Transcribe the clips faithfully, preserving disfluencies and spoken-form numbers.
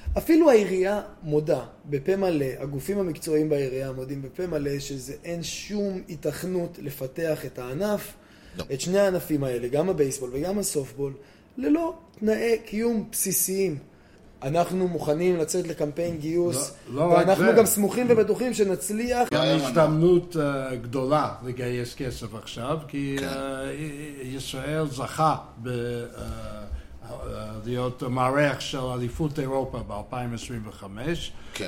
אפילו העירייה מודה בפה מלא, הגופים המקצועיים בעירייה מודים בפה מלא, שזה אין שום התכנות לפתח את הענף, לא. את שני הענפים האלה, גם הבייסבול וגם הסופטבול, ללא תנאי קיום בסיסיים. אנחנו מוכנים לצאת לקמפיין גיוס, לא, לא ואנחנו גם סמוכים ובטוחים שנצליח. גם הזדמנות uh, גדולה לגייס כסף עכשיו, כי כן. uh, ישראל זכה ב... Uh, להיות מערך של אליפות אירופה ב-אלפיים עשרים וחמש. כן.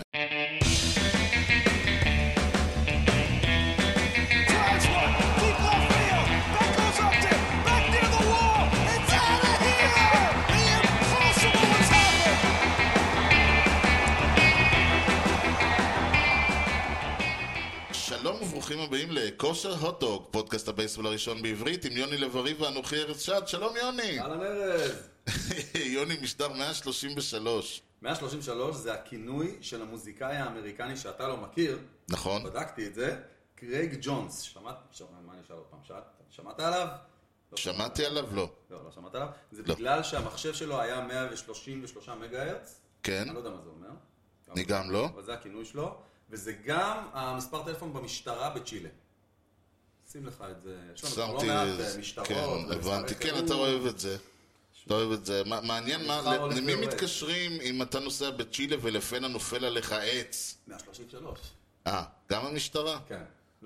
שלום וברוכים הבאים לכושר הוטדוג, פודקאסט הבייסבול הראשון בעברית עם יוני לב-ארי ואנוכי ארז שד. שלום יוני. אהלן ארז. יוני, משדר מאה שלושים ושלוש. מאה שלושים ושלוש זה הכינוי של המוזיקאי האמריקני שאתה לא מכיר. נכון. בדקתי את זה. קרייג ג'ונס. שמעת? מה אני אשאל עוד פעם? שמעת עליו? שמעתי עליו? לא. לא, לא שמעת עליו. זה בגלל שהמחשב שלו היה מאה שלושים ושלושה מגה-הרץ. כן. אני לא יודע מה זה אומר. אני גם לא. אבל זה הכינוי שלו. וזה גם המספר טלפון במשטרה בצ'ילה. שים לך את זה. שמתי, כן, הבנתי. כן, אתה אוהב את זה. אתה אוהב את זה. מעניין מה, למי מתקשרים אם אתה נוסע בצ'ילה ולפנה נופל עליך עץ? מאה שלושים ושלוש. אה, גם המשטרה? כן.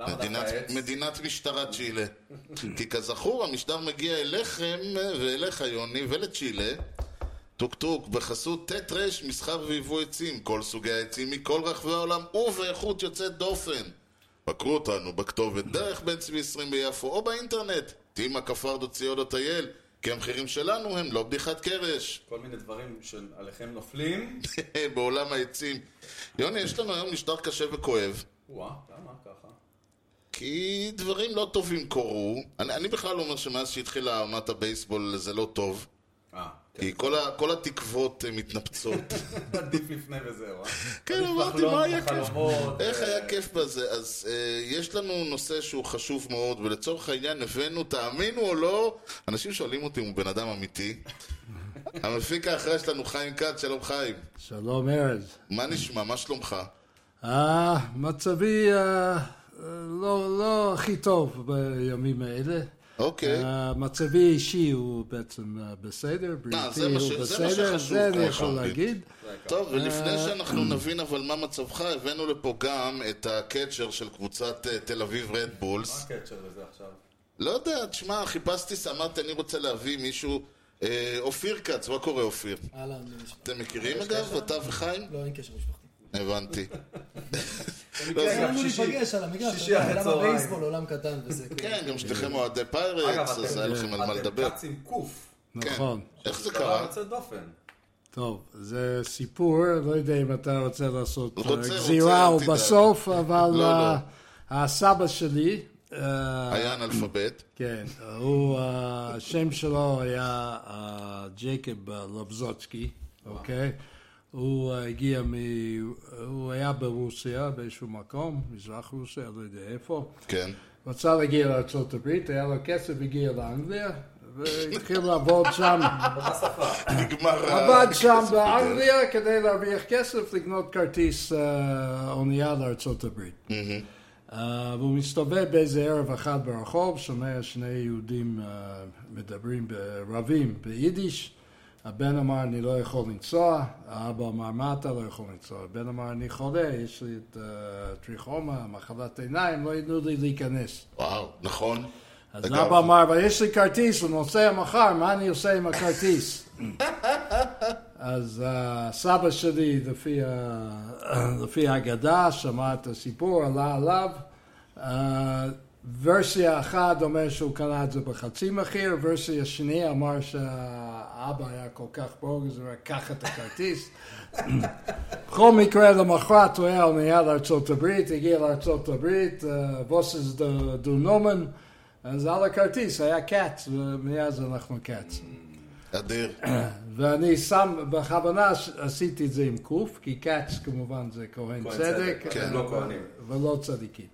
מדינת משטרה צ'ילה. כי כזכור, המשטר מגיע אליכם ואליך יוני ולצ'ילה. טוק טוק, בחסות תטרש, מסחר ויבוא עצים, כל סוגי העצים מכל רחבי העולם ובאיכות יוצאת דופן. בקרו אותנו בכתובת דרך בן צבי עשרים ביפו או באינטרנט, תימה כפרדו ציודו טייל, כי המחירים שלנו הם לא בדיחת קרש. כל מיני דברים שעליכם נופלים. בעולם העצים. יוני, יש לנו היום משדר קשה וכואב. וואה, למה ככה? כי דברים לא טובים קורו. אני, אני בכלל אומר שמאז שהתחילה עונת הבייסבול זה לא טוב. אה. כי כל, ה, כל התקוות מתנפצות. עדיף לפני וזהו, אה? כן, אמרתי, מה היה כיף? איך היה כיף בזה? אז יש לנו נושא שהוא חשוב מאוד, ולצורך העניין הבאנו, תאמינו או לא, אנשים שואלים אותי אם הוא בן אדם אמיתי. המפיק האחרי שלנו חיים כץ, שלום חיים. שלום ארז. מה נשמע? מה שלומך? אה, מצבי לא, לא הכי טוב בימים האלה. אוקיי. מצבי אישי הוא בעצם בסדר, בריאותי הוא בסדר, זה אני יכול להגיד. טוב, ולפני שאנחנו נבין אבל מה מצבך, הבאנו לפה גם את הקצ'ר של קבוצת תל אביב רד בולס. מה הקצ'ר לזה עכשיו? לא יודע, תשמע, חיפשתי, אמרתי, אני רוצה להביא מישהו, אופיר כץ, מה קורה אופיר? אהלן. אתם מכירים אגב, אתה וחיים? לא, אין קשר משפחתי. הבנתי. אין לנו להיפגש על המגרש, עולם הבייסבול, עולם קטן וזה. כן, גם שתיכם אוהדי פיירטס, אז היה לכם על מה לדבר. אתם קץ עם קוף. נכון. איך זה קרה? יוצא דופן. טוב, זה סיפור, לא יודע אם אתה רוצה לעשות גזירה או בסוף, אבל הסבא שלי... היה אנאלפבית. כן, השם שלו היה ג'ייקוב לבזוצקי, אוקיי? הוא הגיע מ... הוא היה ברוסיה באיזשהו מקום, מזרח רוסיה, לא יודע איפה. כן. רצה להגיע לארצות הברית, היה לו כסף, הגיע לאנגליה, והתחיל לעבוד שם. עבד שם באנגליה כדי להרוויח כסף, לקנות כרטיס אונייה לארצות הברית. והוא מסתובב באיזה ערב אחד ברחוב, שומע שני יהודים מדברים ברבים ביידיש. הבן אמר, אני לא יכול לנסוע, האבא אמר, מה אתה לא יכול לנסוע? הבן אמר, אני חולה, יש לי את uh, טריכומה, מחלת עיניים, לא ייתנו לי להיכנס. וואו, נכון. אז אבא אמר, אבל יש לי כרטיס, הוא נוסע מחר, מה אני עושה עם הכרטיס? אז uh, סבא שלי, לפי, uh, לפי האגדה, שמע את הסיפור, עלה עליו, uh, ורסיה אחת אומר שהוא קנה את זה בחצי מחיר, ורסיה שני אמר שהאבא היה כל כך ברוגז, הוא לקח את הכרטיס. בכל מקרה למחרת הוא היה אונייה לארצות הברית, הגיע לארצות הברית, ווסס דו נומן, אז על הכרטיס היה קאץ, ומאז אנחנו קאץ. אדיר. ואני שם, בכוונה עשיתי את זה עם קוף, כי קאץ כמובן זה כהן צדק, ולא צדיקים.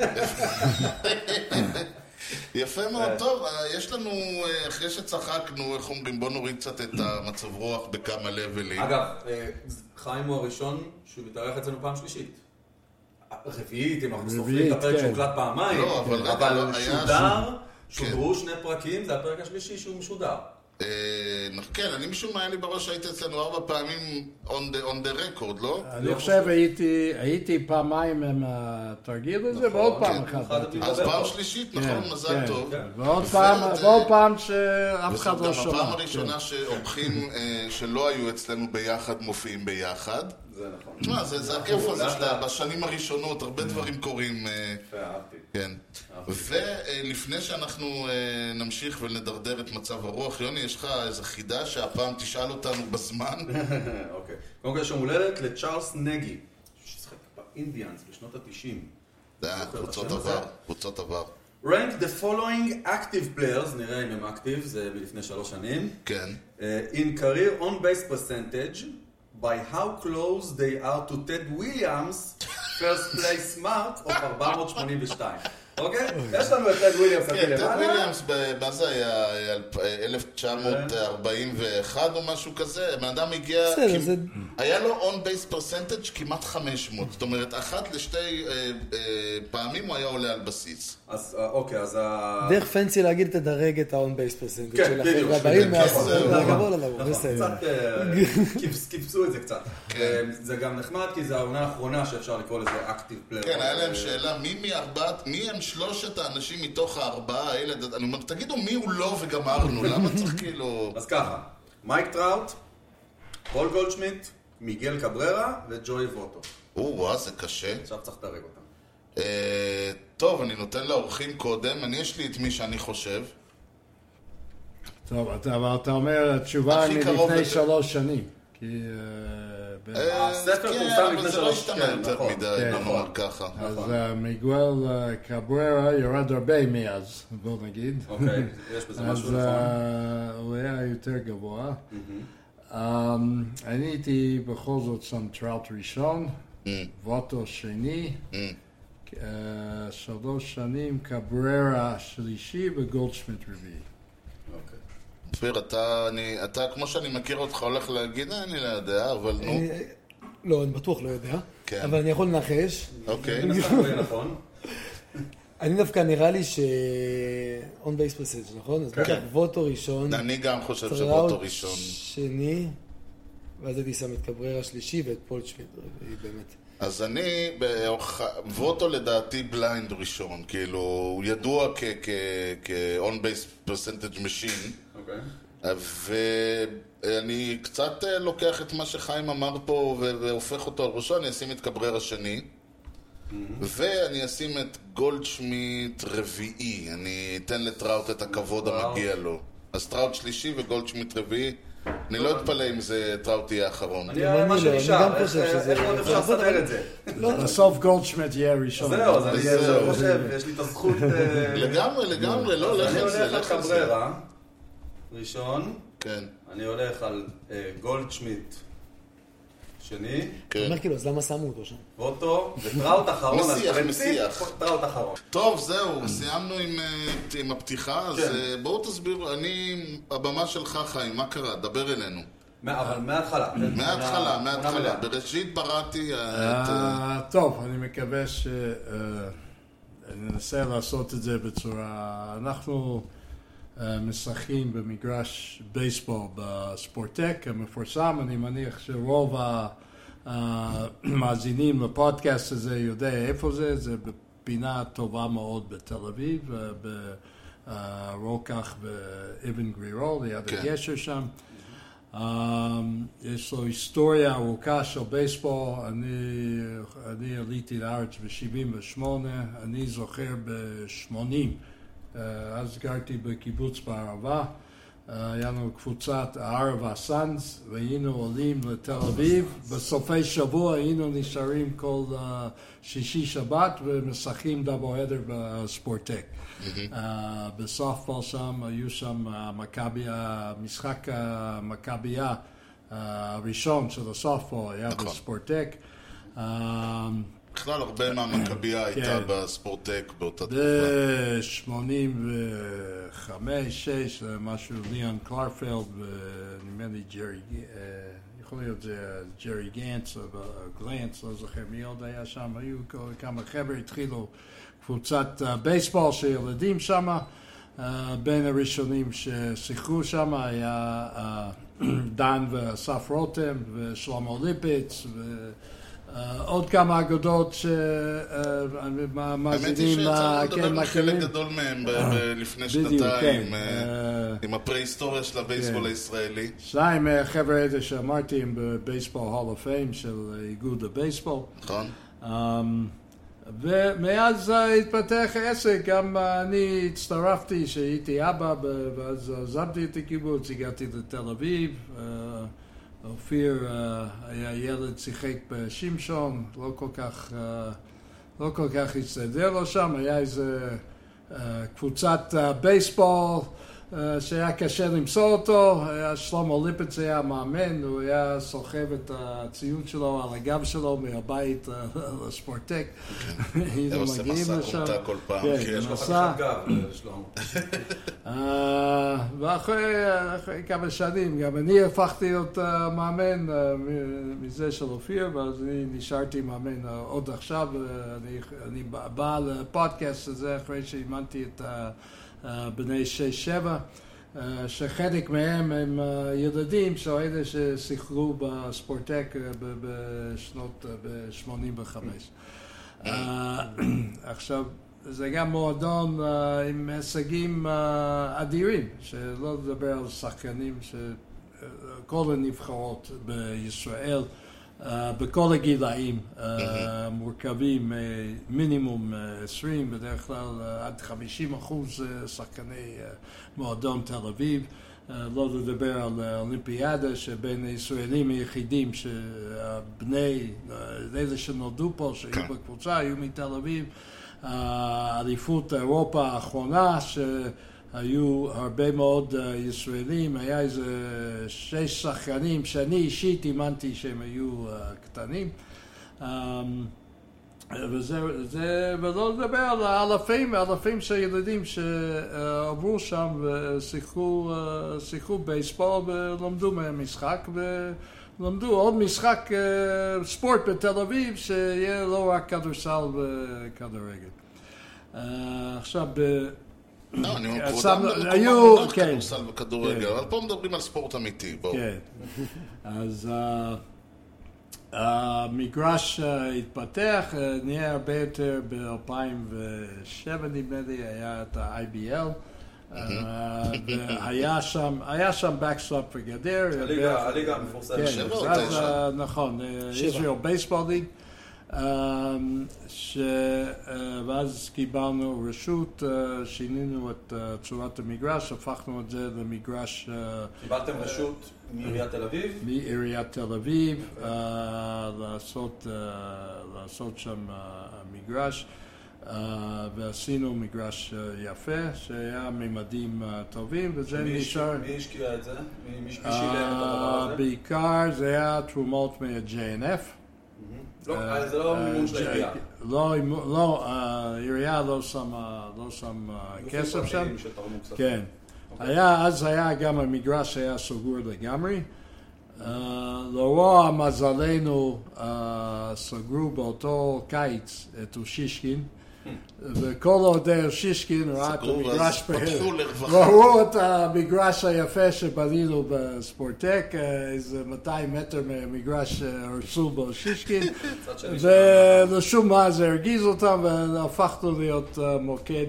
יפה מאוד, טוב, יש לנו, אחרי שצחקנו, איך אומרים, בוא נוריד קצת את המצב רוח בכמה לבלים. אגב, חיים הוא הראשון שהוא מתארח אצלנו פעם שלישית. רביעית, אם אנחנו סופרים את הפרק שהוא קלט פעמיים, אבל שודר, שודרו שני פרקים, זה הפרק השלישי שהוא משודר. כן, אני משום מה היה לי בראש שהייתי אצלנו ארבע פעמים on the record, לא? אני חושב הייתי פעמיים עם התרגיל הזה, ועוד פעם אחת. אז פעם שלישית, נכון, מזל טוב. ועוד פעם שאף אחד לא שומע. גם הפעם הראשונה שאורחים שלא היו אצלנו ביחד מופיעים ביחד. זה נכון. תשמע, זה הכיף הזה בשנים הראשונות, הרבה דברים קורים. כן. ולפני שאנחנו נמשיך ונדרדר את מצב הרוח, יוני, יש לך איזה חידה שהפעם תשאל אותנו בזמן? אוקיי. קודם כל יש יום הולדת לצ'ארלס נגי, ששחק באינדיאנס בשנות ה-תשעים. זה היה קבוצות עבר, קבוצות עבר. Rank the following active players, נראה אם הם active, זה מלפני שלוש שנים. כן. In career on base percentage, by how close they are to Ted Williams, first place smart of ארבע מאות שמונים ושתיים. אוקיי? יש לנו את טד וויליאמס. כן, טד וויליאמס, מה זה היה? אלף תשע מאות ארבעים ואחת או משהו כזה? האדם הגיע, היה לו on base percentage כמעט חמש מאות. זאת אומרת, אחת לשתי פעמים הוא היה עולה על בסיס. אז אוקיי, אז ה... דרך פנסי להגיד תדרג את ה-on base percentage של החבר'ה הבאים מהגבול עליו. בסדר. קצת כיפסו את זה קצת. זה גם נחמד כי זה העונה האחרונה שאפשר לקרוא לזה active player. כן, היה להם שאלה, מי מארבעת, מי הם שלושת האנשים מתוך הארבעה האלה? אני אומר, תגידו מי הוא לא וגמרנו, למה צריך כאילו... אז ככה, מייק טראוט, פול גולדשמיט, מיגל קבררה וג'וי ווטו. או, זה קשה. עכשיו צריך לתרג אותם. טוב, אני נותן לאורחים קודם, אני יש לי את מי שאני חושב. טוב, אבל אתה אומר, התשובה היא מלפני שלוש שנים. כי... הספר פורסם לפני שלוש שנים. כן, יותר מדי, נאמר ככה. אז מיגואל קבררה ירד הרבה מאז, בוא נגיד. אוקיי, יש בזה משהו נכון. אז הוא היה יותר גבוה. אני הייתי בכל זאת שם טראוט ראשון, ווטו שני, שלוש שנים קבררה שלישי וגולדשמיט רביעי. אופיר, אתה, אני, אתה, כמו שאני מכיר אותך, הולך להגיד, אני לא יודע, אבל נו. לא, אני בטוח לא יודע, אבל אני יכול לנחש. אוקיי. נכון. אני דווקא נראה לי ש... on base percentage, נכון? אז בטח ווטו ראשון. אני גם חושב שווטו ראשון. שני, ואז הייתי שם את קבררה שלישי ואת פול שמיט רביעי, באמת. אז אני, ווטו לדעתי בליינד ראשון, כאילו, הוא ידוע כ-on base percentage machine. אוקיי. ואני קצת לוקח את מה שחיים אמר פה והופך אותו על ראשו, אני אשים את קבררה שני. ואני אשים את גולדשמיט רביעי, אני אתן לטראוט את הכבוד המגיע לו. אז טראוט שלישי וגולדשמיט רביעי. אני לא אתפלא אם זה טראוט יהיה האחרון. אני מה שנשאר, איך עוד אפשר לסדר את זה? בסוף גולדשמיט יהיה ראשון. זהו, אז אני חושב, יש לי את הזכות... לגמרי, לגמרי, לא, לך על זה, לך על זה. אני הולך על קבררה ראשון. כן. אני הולך על גולדשמיט שני. אתה אומר כאילו, אז למה שמו אותו שם? ווטו, וטראוט אחרון. מסיח, מסיח. טראוט אחרון. טוב, זהו, סיימנו עם הפתיחה, אז בואו תסבירו, אני, הבמה שלך חיים, מה קרה? דבר אלינו. אבל מההתחלה. מההתחלה, מההתחלה. בראשית בראתי את... טוב, אני מקווה ש... ננסה לעשות את זה בצורה... אנחנו משחקים במגרש בייסבול בספורטק המפורסם. אני מניח שרוב המאזינים לפודקאסט הזה יודע איפה זה. זה בפינה טובה מאוד בתל אביב, ברוקח ואבן גבירול, ליד הגשר שם. יש לו היסטוריה ארוכה של בייסבול. אני, אני עליתי לארץ ב-שבעים ושמונה, אני זוכר ב-שמונים. אז גרתי בקיבוץ בערבה, היה לנו קבוצת הערבה סאנס, והיינו עולים לתל אביב. בסופי שבוע היינו נשארים כל שישי שבת ומשחקים דאבל הדר בספורטק. בסופטבול שם, היו שם המשחק המכבייה הראשון של הסופטבול היה בספורטק. בכלל הרבה מהמכבייה הייתה בספורטק באותה תקופה. ב-שמונים וחמש שש, משהו, ליאון קלרפלד ונדמה לי ג'רי, יכול להיות ג'רי גנץ או גלנץ, לא זוכר מי עוד היה שם, היו כמה חבר'ה, התחילו קבוצת בייסבול של ילדים שם, בין הראשונים ששיחקו שם היה דן ואסף רותם ושלמה ליפץ ועוד כמה אגודות שמאזינים. האמת היא שיצא לדבר עם חלק גדול מהם לפני שנתיים עם הפרה-היסטוריה של הבייסבול הישראלי. שניים חבר'ה אלה שאמרתי הם בבייסבול הול אוף פיים של איגוד הבייסבול. נכון. ומאז התפתח עסק, גם אני הצטרפתי שהייתי אבא, ואז עזבתי את הקיבוץ, הגעתי לתל אביב, אופיר היה ילד, שיחק בשמשון, לא כל כך, לא כל כך הסתדר לו שם, היה איזה קבוצת בייסבול שהיה קשה למצוא אותו, שלמה ליפץ היה מאמן, הוא היה סוחב את הציון שלו על הגב שלו מהבית לספורטק. הוא עושה מסע קורטה כל פעם. יש לו חתיכת גב, שלמה. ואחרי כמה שנים, גם אני הפכתי להיות מאמן מזה של אופיר, ואז אני נשארתי מאמן עוד עכשיו. אני בא לפודקאסט הזה אחרי שאימנתי את בני שש שבע, שחלק מהם הם ילדים שאלה ששיחקו בספורטק בשנות ב-שמונים וחמש. עכשיו, זה גם מועדון עם הישגים אדירים, שלא לדבר על שחקנים שכל הנבחרות בישראל, בכל הגילאים מורכבים מינימום עשרים, בדרך כלל עד חמישים אחוז שחקני מועדון תל אביב. לא לדבר על אולימפיאדה שבין הישראלים היחידים שבני, אלה שנולדו פה, שהיו בקבוצה, היו מתל אביב. אליפות אירופה האחרונה שהיו הרבה מאוד ישראלים, היה איזה שש שחקנים שאני אישית אימנתי שהם היו קטנים, וזה, זה, ולא לדבר על אלפים, אלפים של ילדים שעברו שם ושיחקו, שיחקו בייסבול ולמדו מהם משחק ולמדו עוד משחק ספורט בתל אביב שיהיה לא רק כדורסל וכדורגל. עכשיו ב... לא, אני כבודם במקום עבודה כדורסל וכדורגל, אבל פה מדברים על ספורט אמיתי, בואו. כן, אז המגרש התפתח, נהיה הרבה יותר ב-אלפיים ושבע נדמה לי, היה את ה-איי בי אל, והיה שם, היה שם בקסטופ וגדר. הליגה המפורסמת. נכון, Israel Baseball League. ואז קיבלנו רשות, שינינו את צורת המגרש, הפכנו את זה למגרש... קיבלתם רשות מעיריית תל אביב? מעיריית תל אביב, לעשות שם מגרש, ועשינו מגרש יפה, שהיה ממדים טובים, וזה נשאר... מי השקיע את זה? מי שילם את הדבר הזה? בעיקר זה היה תרומות מה-ג'יי אן אף. זה לא מימון של העירייה. לא, העירייה לא שם כסף שם. כן. אז היה גם המגרש היה סגור לגמרי. לרוע מזלנו סגרו באותו קיץ את אושישקין. וכל אוהדי אושישקין ראה את המגרש, ראו את המגרש היפה שבנינו בספורטק, איזה מאתיים מטר מהמגרש הרסו באושישקין, ולשום מה זה הרגיז אותם, והפכנו להיות מוקד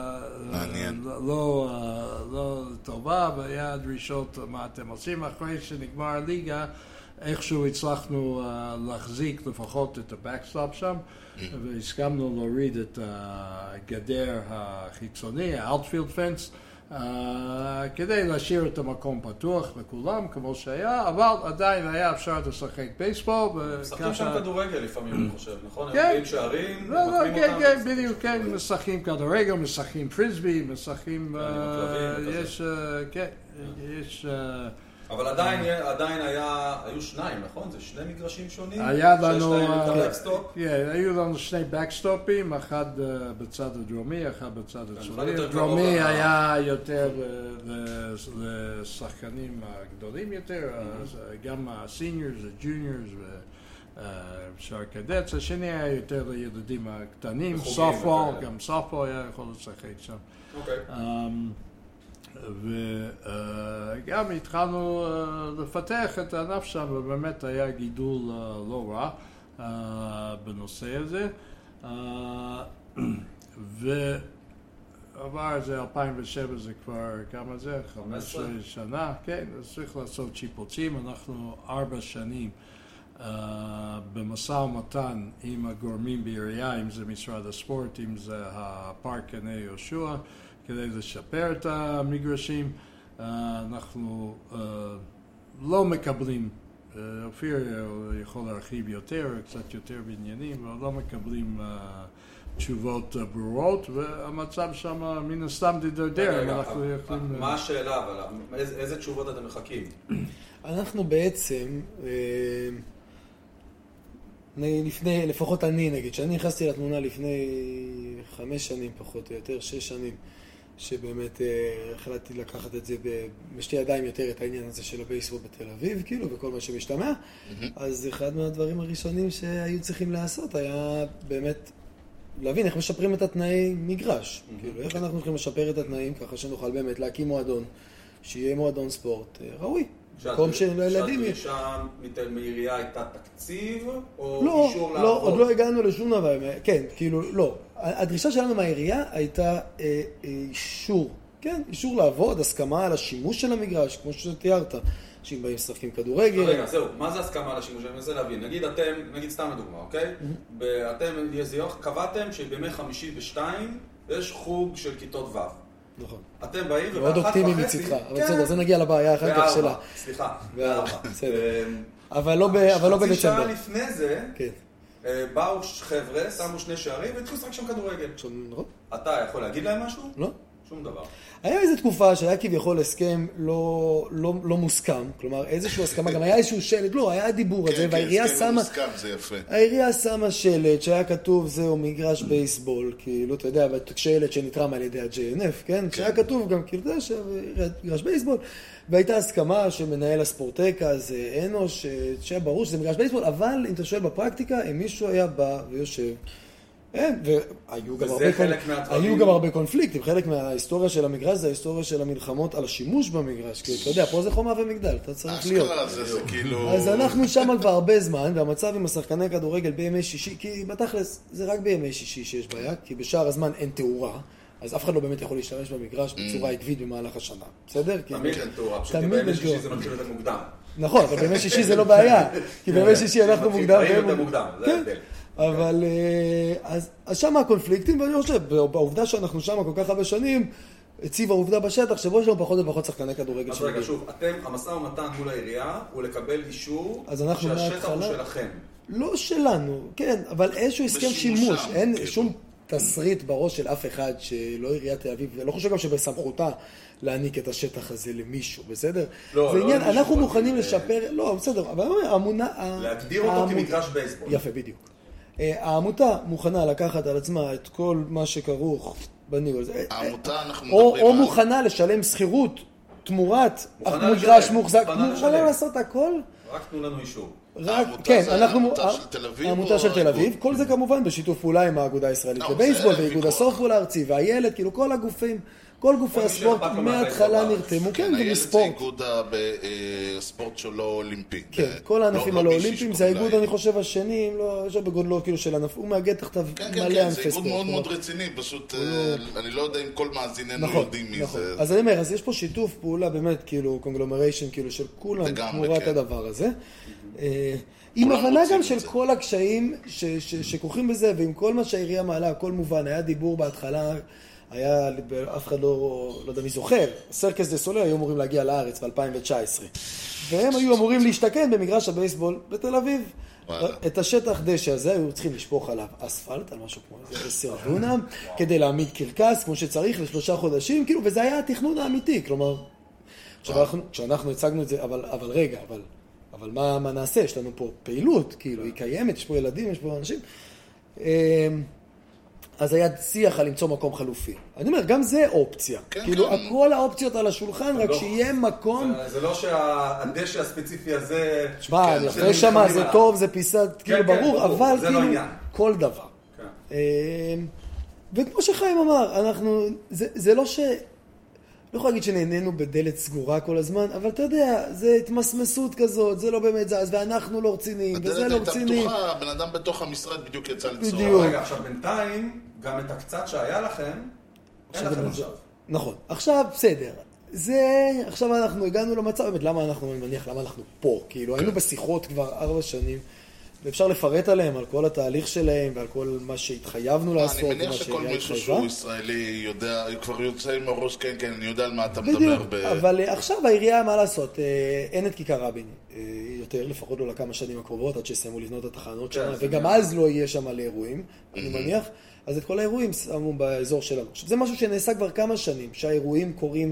לא טובה, והיה דרישות מה אתם עושים. אחרי שנגמר הליגה, איכשהו הצלחנו להחזיק לפחות את הבקסטופ שם, והסכמנו להוריד את הגדר החיצוני, האוטפילד פנס, כדי להשאיר את המקום פתוח לכולם, כמו שהיה, אבל עדיין היה אפשר לשחק בייסבול. משחקים שם כדורגל לפעמים, אני חושב, נכון? הם מביאים שערים, מקרים אותם. כן, כן, בדיוק, כן, משחקים כדורגל, משחקים פריסבי, משחקים... יש, כן, יש... אבל עדיין, עדיין היה, היו שניים, נכון? זה שני מגרשים שונים? היה לנו, שיש להם את הבקסטופ? כן, היו לנו שני בקסטופים, אחד בצד הדרומי, אחד בצד הצפוני. יותר הדרומי קרוב, היה יותר ל- לשחקנים הגדולים יותר, אז גם הסיניורס, הג'וניורס ושאר קדץ. השני היה יותר לילדים הקטנים, בחוגים סופטבול, וכאלה. גם סופטבול היה יכול לשחק שם. אוקיי. וגם התחלנו uh, לפתח את הענף שם, ובאמת היה גידול uh, לא רע uh, בנושא הזה. Uh, ועבר זה אלפיים ושבע, זה כבר כמה זה? חמש עשרה שנה, כן, אז צריך לעשות שיפוצים. אנחנו ארבע שנים uh, במשא ומתן עם הגורמים בעירייה, אם זה משרד הספורט, אם זה הפארק גני יהושע, כדי לשפר את המגרשים. אנחנו לא מקבלים, אופיר יכול להרחיב יותר, קצת יותר בעניינים, אבל לא מקבלים תשובות ברורות, והמצב שם מן הסתם תדרדר. מה השאלה, אבל איזה תשובות אתם מחכים? אנחנו בעצם, לפני, לפחות אני נגיד, שאני נכנסתי לתמונה לפני חמש שנים פחות או יותר, שש שנים, שבאמת החלטתי לקחת את זה בשתי ידיים יותר, את העניין הזה של הבייסבול בתל אביב, כאילו, וכל מה שמשתמע. אז אחד מהדברים הראשונים שהיו צריכים לעשות היה באמת להבין איך משפרים את התנאי מגרש. כאילו, איך אנחנו יכולים לשפר את התנאים ככה שנוכל באמת להקים מועדון, שיהיה מועדון ספורט ראוי. מקום של הילדים. שהדרישה מעירייה הייתה תקציב, או לא, אישור לא, לעבוד? עוד לא הגענו לשום דבר. כן, כאילו, לא. הדרישה שלנו מהעירייה הייתה אה, אישור. כן, אישור לעבוד, הסכמה על השימוש של המגרש, כמו שתיארת. שאם באים משחקים כדורגל. רגע, זהו, מה זה הסכמה על השימוש? אני מנסה להבין. נגיד אתם, נגיד סתם לדוגמה, אוקיי? אתם, קבעתם שבימי חמישי ושתיים יש חוג של כיתות ו'. נכון. אתם באים מאוד אופטימי מצידך, אבל בסדר, זה נגיע לבעיה אחר כך שלה. סליחה. בארבע, בסדר. אבל לא בדצמבר. חצי שעה לפני זה, כן. באו חבר'ה, שמו שני שערים והתחילו לשחק שם כדורגל. נכון. אתה יכול להגיד להם משהו? לא. שום דבר. היה איזו תקופה שהיה כביכול הסכם לא, לא, לא מוסכם, כלומר איזשהו הסכמה, גם היה איזשהו שלט, לא, היה דיבור על זה, והעירייה שמה... מוסכם, זה יפה. העירייה שמה שלט שהיה כתוב זהו מגרש בייסבול, כאילו, אתה יודע, שלט שנתרם על ידי ה-ג'יי אן אף, כן? שהיה כתוב גם, כאילו, אתה יודע, מגרש בייסבול, והייתה הסכמה שמנהל הספורטקה זה אנוש, שהיה ברור שזה מגרש בייסבול, אבל אם אתה שואל בפרקטיקה, אם מישהו היה בא ויושב, אין, והיו גם, הרבה, קונ... היו גם הרבה קונפליקטים. חלק מההיסטוריה של המגרש זה ההיסטוריה של המלחמות על השימוש במגרש. כי אתה יודע, פה זה חומה ומגדל, אתה צריך להיות. זה, זה כאילו... אז אנחנו שם כבר הרבה זמן, והמצב עם השחקני כדורגל בימי שישי, כי בתכלס זה רק בימי שישי שיש בעיה, כי בשאר הזמן אין תאורה, אז אף אחד לא באמת יכול להשתמש במגרש בצורה עקבית במהלך השנה. בסדר? תמיד אין תאורה, פשוט בימי שישי זה מתחיל יותר מוקדם. נכון, אבל בימי שישי זה לא בעיה, כי בימי שישי אנחנו מוקדם. יותר מוקדם, זה ההבדל. אבל אז, אז שם הקונפליקטים, ואני חושב, בעובדה שאנחנו שם כל כך הרבה שנים, הציב העובדה בשטח, שבו יש לנו פחות ופחות שחקני כדורגל. אז רגע, שוב, אתם, המשא ומתן מול העירייה, הוא לקבל אישור שהשטח הוא שלכם. לא שלנו, כן, אבל איזשהו הסכם שימוש, אין שום תסריט בראש של אף אחד שלא עיריית תל אביב, ולא חושב גם שבסמכותה להעניק את השטח הזה למישהו, בסדר? לא, זה לא עניין, למישהו אנחנו פרטי, מוכנים ב... לשפר, לא, בסדר, אבל המונה... להגדיר אותו העמוד... כמגרש בייסבול. יפה, בדיוק. העמותה מוכנה לקחת על עצמה את כל מה שכרוך בניהול הזה. העמותה אנחנו או, מדברים או על... מוכנה לשלם שכירות תמורת מגרש מוחזק. מוכנה לעשות הכל. רק תנו לנו אישור. רק, העמותה כן, זה אנחנו... העמותה של תל אביב? העמותה של תל אביב. כל זה כמובן בשיתוף פעולה עם האגודה הישראלית לבייסבול ואיגוד הסופטבול הארצי והילד, כאילו כל הגופים, כל גופי הספורט מההתחלה נרתמו, כן, ומספורט. הילד זה איגוד הספורט שלו אולימפי. כן, כל הענפים הלא אולימפיים, זה האיגוד אני חושב השני, יש לו בגודלו כאילו של ענף, הוא מאגד תחתיו מלא ענפי ספורט. זה איגוד מאוד מאוד רציני, פשוט אני לא יודע אם כל מאזיננו יודעים מי זה. אז אני אומר, אז יש פה שיתוף פעולה באמת, כאילו, קונגלומריישן, כאילו של כולם תמורת הדבר הזה. עם הבנה גם של כל הקשיים שכרוכים בזה, ועם כל מה שהעירייה מעלה, הכל מובן, היה דיבור בהתחלה, היה, אף אחד לא, לא יודע מי זוכר, סרקס דה סולר היו אמורים להגיע לארץ ב-אלפיים תשע עשרה, והם היו אמורים להשתכן במגרש הבייסבול בתל אביב. את השטח דשא הזה היו צריכים לשפוך עליו אספלט, על משהו כמו עשר דונם, כדי להעמיד קרקס כמו שצריך לשלושה חודשים, כאילו, וזה היה התכנון האמיתי, כלומר, כשאנחנו הצגנו את זה, אבל, אבל רגע, אבל, אבל מה, מה נעשה? יש לנו פה פעילות, כאילו, היא קיימת, יש פה ילדים, יש פה אנשים. אז היה שיח על למצוא מקום חלופי. אני אומר, גם זה אופציה. כן, כאילו, כן. כל האופציות על השולחן, רק לא, שיהיה מקום... זה, זה לא שהדשא הספציפי הזה... תשמע, כן, אחרי שמה זה עליו. טוב, זה פיסת, כן, כאילו, כן, ברור, ברור, אבל זה כאילו, לא עניין. כל דבר. כן. וכמו שחיים אמר, אנחנו, זה, זה לא ש... לא יכול להגיד שנהנינו בדלת סגורה כל הזמן, אבל אתה יודע, זה התמסמסות כזאת, זה לא באמת זז, ואנחנו לא רציניים, וזה לא הדלת רציני. הייתה פתוחה, הבן אדם בתוך המשרד בדיוק יצא לצורה. בדיוק. רגע, עכשיו בינתיים, גם את הקצת שהיה לכם, אין לכם עכשיו. נכון. עכשיו, בסדר. זה, עכשיו אנחנו הגענו למצב, באמת, למה אנחנו, אני מניח, למה אנחנו פה? כאילו, היינו בשיחות כבר ארבע שנים, ואפשר לפרט עליהם, על כל התהליך שלהם, ועל כל מה שהתחייבנו לעשות. אני מניח שכל מישהו שהוא ישראלי יודע, כבר יוצא עם הראש, כן, כן, אני יודע על מה אתה מדבר. בדיוק, אבל עכשיו העירייה, מה לעשות? אין את כיכר רבין יותר, לפחות לא לכמה שנים הקרובות, עד שסיימו לבנות את התחנות שם, וגם אז לא יהיה שם על אירועים, אני מניח. אז את כל האירועים שמו באזור שלנו. עכשיו, זה משהו שנעשה כבר כמה שנים, שהאירועים קורים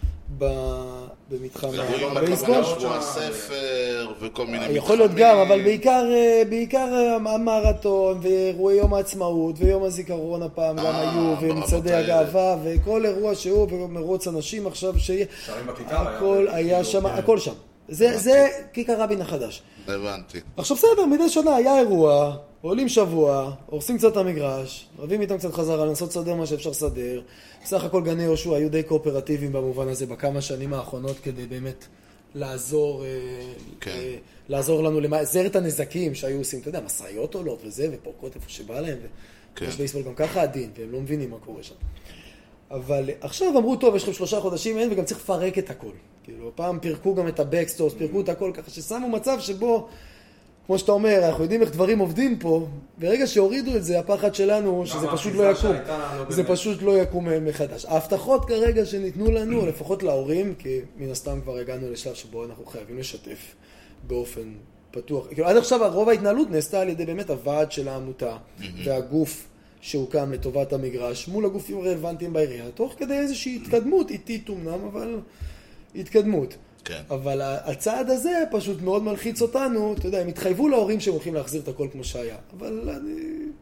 במתחם הבייסבול. שבוע הספר וכל מיני מתחמים. יכול להיות גם, אבל בעיקר, בעיקר המרתון ואירועי יום העצמאות ויום הזיכרון הפעם גם היו, ומצעדי הגאווה וכל אירוע שהוא, ומרוץ אנשים עכשיו שיהיה. שרים בכיכר הכל היה שם, הכל שם. זה כיכר רבין החדש. הבנתי. עכשיו בסדר, מדי שנה היה אירוע, עולים שבוע, הורסים קצת את המגרש, רבים איתם קצת חזרה, לנסות לסדר מה שאפשר לסדר. בסך הכל גני יהושע היו די קואופרטיביים במובן הזה בכמה שנים האחרונות כדי באמת לעזור, כן. לעזור לנו למעזר את הנזקים שהיו עושים, אתה יודע, מסעיות עולות וזה, ופורקות איפה שבא להם, כן. ויש בייסבול גם ככה עדין, והם לא מבינים מה קורה שם. אבל עכשיו אמרו, טוב, יש לכם שלושה חודשים, אין, וגם צריך לפרק את הכל. כאילו, פעם פירקו גם את הבקסטורס, פירקו את הכל, ככה ששמו מצב שבו, כמו שאתה אומר, אנחנו יודעים איך דברים עובדים פה, ברגע שהורידו את זה, הפחד שלנו, שזה פשוט לא יקום. זה פשוט לא יקום מחדש. ההבטחות כרגע שניתנו לנו, לפחות להורים, כי מן הסתם כבר הגענו לשלב שבו אנחנו חייבים לשתף באופן פתוח. כאילו, עד עכשיו רוב ההתנהלות נעשתה על ידי באמת הוועד של העמותה, והגוף שהוקם לטובת המגרש, מול הגופים הרלוונטיים בעירייה, תוך כדי איזושהי התקדמות, איטית אומנם, אבל התקדמות. כן. אבל הצעד הזה פשוט מאוד מלחיץ אותנו, אתה יודע, הם התחייבו להורים שהם הולכים להחזיר את הכל כמו שהיה, אבל אני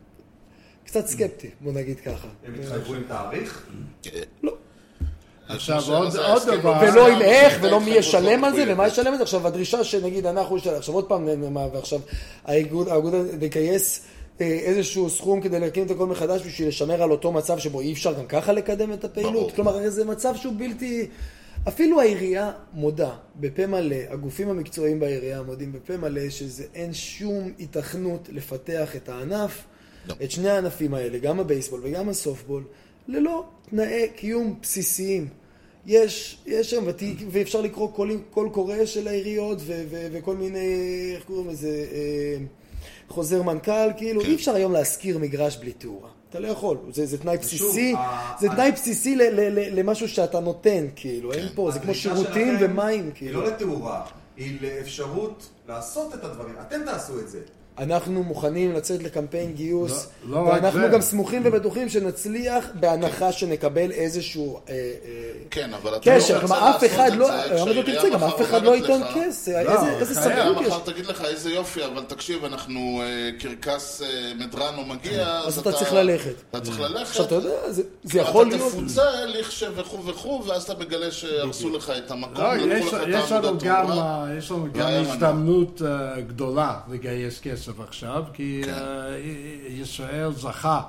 קצת סקפטי, בוא נגיד ככה. הם התחייבו עם תאריך? לא. עכשיו עוד דבר. ולא עם איך, ולא מי ישלם על זה, ומה ישלם על זה. עכשיו, הדרישה שנגיד אנחנו ישלם, עכשיו עוד פעם, ועכשיו האיגוד לגייס איזשהו סכום כדי להקים את הכל מחדש בשביל לשמר על אותו מצב שבו אי אפשר גם ככה לקדם את הפעילות. כלומר, זה מצב שהוא בלתי... אפילו העירייה מודה בפה מלא, הגופים המקצועיים בעירייה מודים בפה מלא, שזה אין שום התכנות לפתח את הענף, לא. את שני הענפים האלה, גם הבייסבול וגם הסופטבול, ללא תנאי קיום בסיסיים. יש, יש שם, ואפשר לקרוא כל, כל קורא של העיריות ו, ו, וכל מיני, איך קוראים לזה, חוזר מנכ"ל, כאילו, אי אפשר היום להזכיר מגרש בלי תאורה. אתה לא יכול, זה, זה תנאי בסיסי, זה תנאי בסיסי ל, ל, ל, למשהו שאתה נותן, כאילו, אין פה, זה כמו שירותים ומים, כאילו. היא לא לתאורה, היא לאפשרות לעשות את הדברים, אתם תעשו את זה. אנחנו מוכנים לצאת לקמפיין גיוס, ואנחנו גם סמוכים ובטוחים שנצליח בהנחה שנקבל איזשהו קשר. כלומר, אף אחד לא, גם אף אחד לא ייתן כסף, איזה סמכות יש. מחר תגיד לך איזה יופי, אבל תקשיב, אנחנו קרקס מדרנו מגיע, אז אתה צריך ללכת. אתה צריך ללכת. עכשיו אתה יודע, זה יכול להיות... אתה תפוצה, לכשב וכו' וכו', ואז אתה מגלה שהרסו לך את המקום, יש לנו גם הזדמנות גדולה לגייס כסף עכשיו, כי ישראל זכה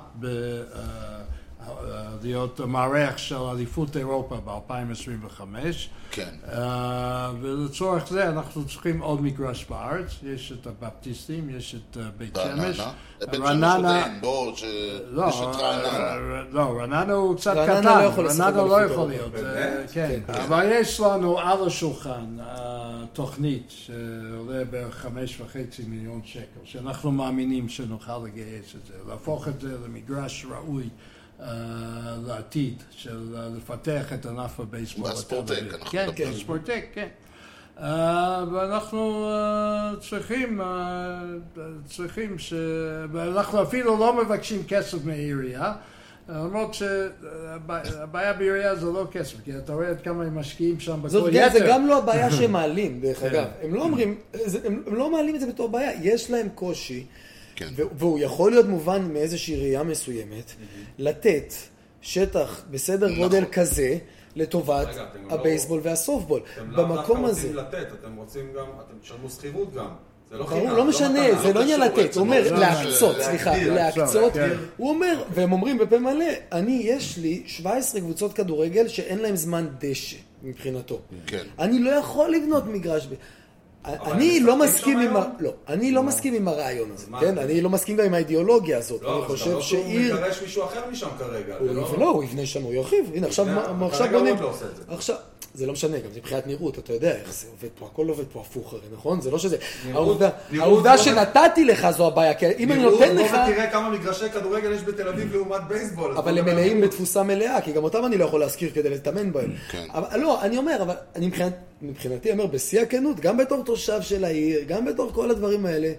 להיות מארח של אליפות אירופה ב-אלפיים עשרים וחמש. כן. ולצורך זה אנחנו צריכים עוד מגרש בארץ. יש את הבפטיסטים, יש את בית שמש. בית שמש עוד אין, בוא, יש את רעננה. לא, רעננה הוא קצת קטן. רעננה לא יכול להיות. כן. אבל יש לנו על השולחן תוכנית שעולה בערך חמש וחצי מיליון שקל, שאנחנו מאמינים שנוכל לגייס את זה, להפוך את זה למגרש ראוי לעתיד, של לפתח את ענף הבייסבול. בספורטק. כן, כן, ספורטק, כן. ואנחנו צריכים, צריכים ש... אנחנו אפילו לא מבקשים כסף מהעירייה, למרות שהבעיה בעירייה זה לא כסף, כי אתה רואה עד כמה הם משקיעים שם בכל זאת יתר. זה גם לא הבעיה שהם מעלים, דרך אגב. הם לא אומרים, הם לא מעלים את זה בתור בעיה, יש להם קושי, והוא יכול להיות מובן מאיזושהי ראייה מסוימת, לתת שטח בסדר גודל כזה, לטובת הבייסבול והסופטבול. במקום הזה... אתם לא רק רוצים לתת, אתם רוצים גם, אתם תשלמו שכירות גם. לא משנה, זה לא עניין לתת, הוא אומר להקצות, סליחה, להקצות, הוא אומר, והם אומרים בפה מלא, אני, יש לי שבע עשרה קבוצות כדורגל שאין להם זמן דשא מבחינתו. אני לא יכול לבנות מגרש, אני לא מסכים עם, לא, אני לא מסכים עם הרעיון הזה, כן? אני לא מסכים גם עם האידיאולוגיה הזאת, אני חושב שעיר... לא, הוא מגרש מישהו אחר משם כרגע. לא, הוא יבנה שם, הוא ירחיב, הנה עכשיו בונים, עכשיו... זה לא משנה, גם זה מבחינת נראות, אתה יודע איך זה עובד פה, הכל עובד פה הפוך הרי, נכון? זה לא שזה... העובדה שנתתי לך זו הבעיה, כי אם אני נותן לך... נראות, תראה כמה מגרשי כדורגל יש בתל אביב לעומת בייסבול. אבל הם מלאים בתפוסה מלאה, כי גם אותם אני לא יכול להזכיר כדי לתאמן בהם. לא, אני אומר, אבל אני מבחינתי אומר, בשיא הכנות, גם בתור תושב של העיר, גם בתור כל הדברים האלה,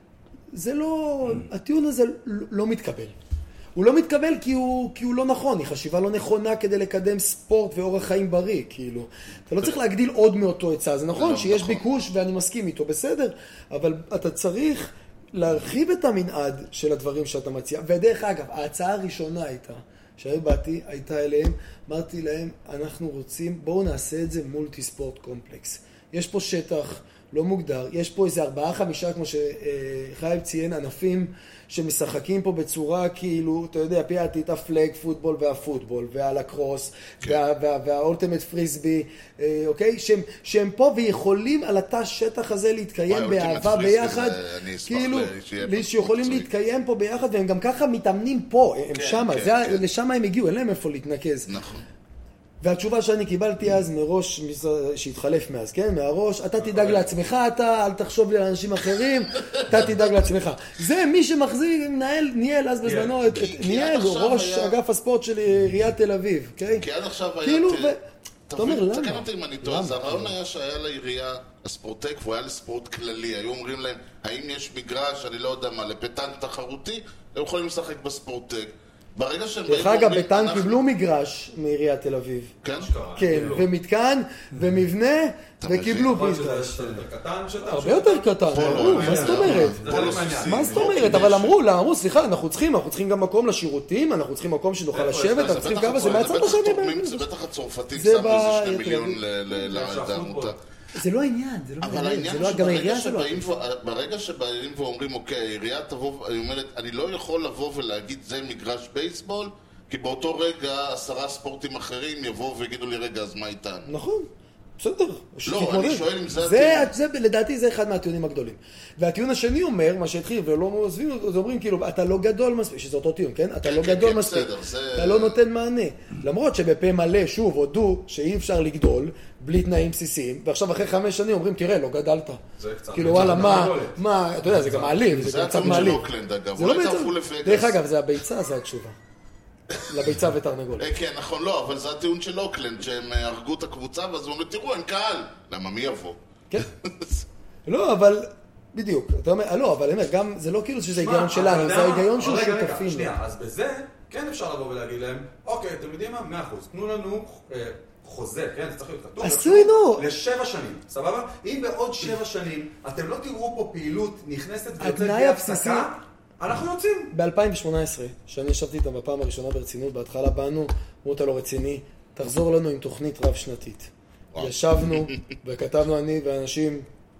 זה לא... הטיעון הזה לא מתקבל. הוא לא מתקבל כי הוא, כי הוא לא נכון, היא חשיבה לא נכונה כדי לקדם ספורט ואורח חיים בריא, כאילו. אתה לא צריך להגדיל עוד מאותו היצע, זה נכון שיש ביקוש ואני מסכים איתו, בסדר, אבל אתה צריך להרחיב את המנעד של הדברים שאתה מציע, ודרך אגב, ההצעה הראשונה הייתה, שהיום באתי, הייתה אליהם, אמרתי להם, אנחנו רוצים, בואו נעשה את זה מולטי ספורט קומפלקס. יש פה שטח לא מוגדר, יש פה איזה ארבעה חמישה, כמו שחייב ציין, ענפים שמשחקים פה בצורה כאילו, אתה יודע, פי העתיד הפלג פוטבול והפוטבול, והלקרוס, והאולטימט פריסבי, אוקיי? שהם פה ויכולים על התא שטח הזה להתקיים באהבה ביחד, כאילו, שיכולים להתקיים פה ביחד, והם גם ככה מתאמנים פה, הם שמה, לשם הם הגיעו, אין להם איפה להתנקז. נכון. והתשובה שאני קיבלתי אז מראש, שהתחלף מאז, כן? מהראש, אתה תדאג לעצמך, אתה, אל תחשוב לי על אנשים אחרים, אתה תדאג לעצמך. זה מי שמחזיק, מנהל, ניהל אז בזמנו, ניהל, הוא ראש אגף הספורט של עיריית תל אביב, כן? כי עד עכשיו היה... כאילו, אתה אומר, למה? תקן אותי אם אני טועה, זה הרעיון היה שהיה לעירייה הספורטק, והוא היה לספורט כללי. היו אומרים להם, האם יש מגרש, אני לא יודע מה, לפטנק תחרותי, הם יכולים לשחק בספורטק. ברגע שהם דרך אגב, בטנק קיבלו מגרש מעיריית תל אביב. כן? כן, ומתקן, ומבנה, וקיבלו מגרש. הרבה יותר קטן, מה זאת אומרת? מה זאת אומרת? אבל אמרו, לא, אמרו, סליחה, אנחנו צריכים, אנחנו צריכים גם מקום לשירותים, אנחנו צריכים מקום שנוכל לשבת, אנחנו צריכים גם, זה מהצד השני. זה בטח הצרפתים שמו איזה שני מיליון לעמותה. זה לא העניין, זה לא אבל העניין הוא שברגע שבאים ואומרים, אוקיי, העירייה תבוא, אני אומרת, אני לא יכול לבוא ולהגיד זה מגרש בייסבול, כי באותו רגע עשרה ספורטים אחרים יבואו ויגידו לי, רגע, אז מה איתן? נכון, בסדר. לא, אני שואל אם זה... לדעתי זה אחד מהטיעונים הגדולים. והטיעון השני אומר, מה שהתחיל, ולא עוזבים אותו, זה אומרים כאילו, אתה לא גדול מספיק, שזה אותו טיעון, כן? אתה לא גדול מספיק, אתה לא נותן מענה. למרות שבפה מלא, שוב, הודו שאי אפשר לגדול, בלי תנאים בסיסיים, ועכשיו אחרי חמש שנים אומרים, תראה, לא גדלת. כאילו, וואלה, מה, מה, אתה יודע, זה גם מעליב, זה גם קצת מעליב. זה הטיעון של אוקלנד, אגב, אולי תערפו לווגאס. דרך אגב, זה הביצה, זה התשובה. לביצה ותרנגול. כן, נכון, לא, אבל זה הטיעון של אוקלנד, שהם הרגו את הקבוצה, ואז הם אומרים, תראו, אין קהל. למה, מי יבוא? כן. לא, אבל, בדיוק. אתה אומר, לא, אבל גם, זה לא כאילו שזה היגיון שלנו, זה ההיגיון של שותפים. שנייה, אז בזה, כן אפשר לבוא ולהגיד להם, אוקיי, אתם יודעים מה? מאה אחוז. תנו לנו חוזה, כן? זה צריך להיות כתוב. עשינו! לשבע שנים, סבבה? אם בעוד שבע שנים אתם לא תראו פה פעילות נכנסת ויוצאת בלי הפסקה, אנחנו יוצאים. ב-אלפיים שמונה עשרה, שאני ישבתי איתם בפעם הראשונה ברצינות, בהתחלה באנו, אמרו אתה לא רציני, תחזור לנו עם תוכנית רב-שנתית. ישבנו וכתבנו אני ואנשים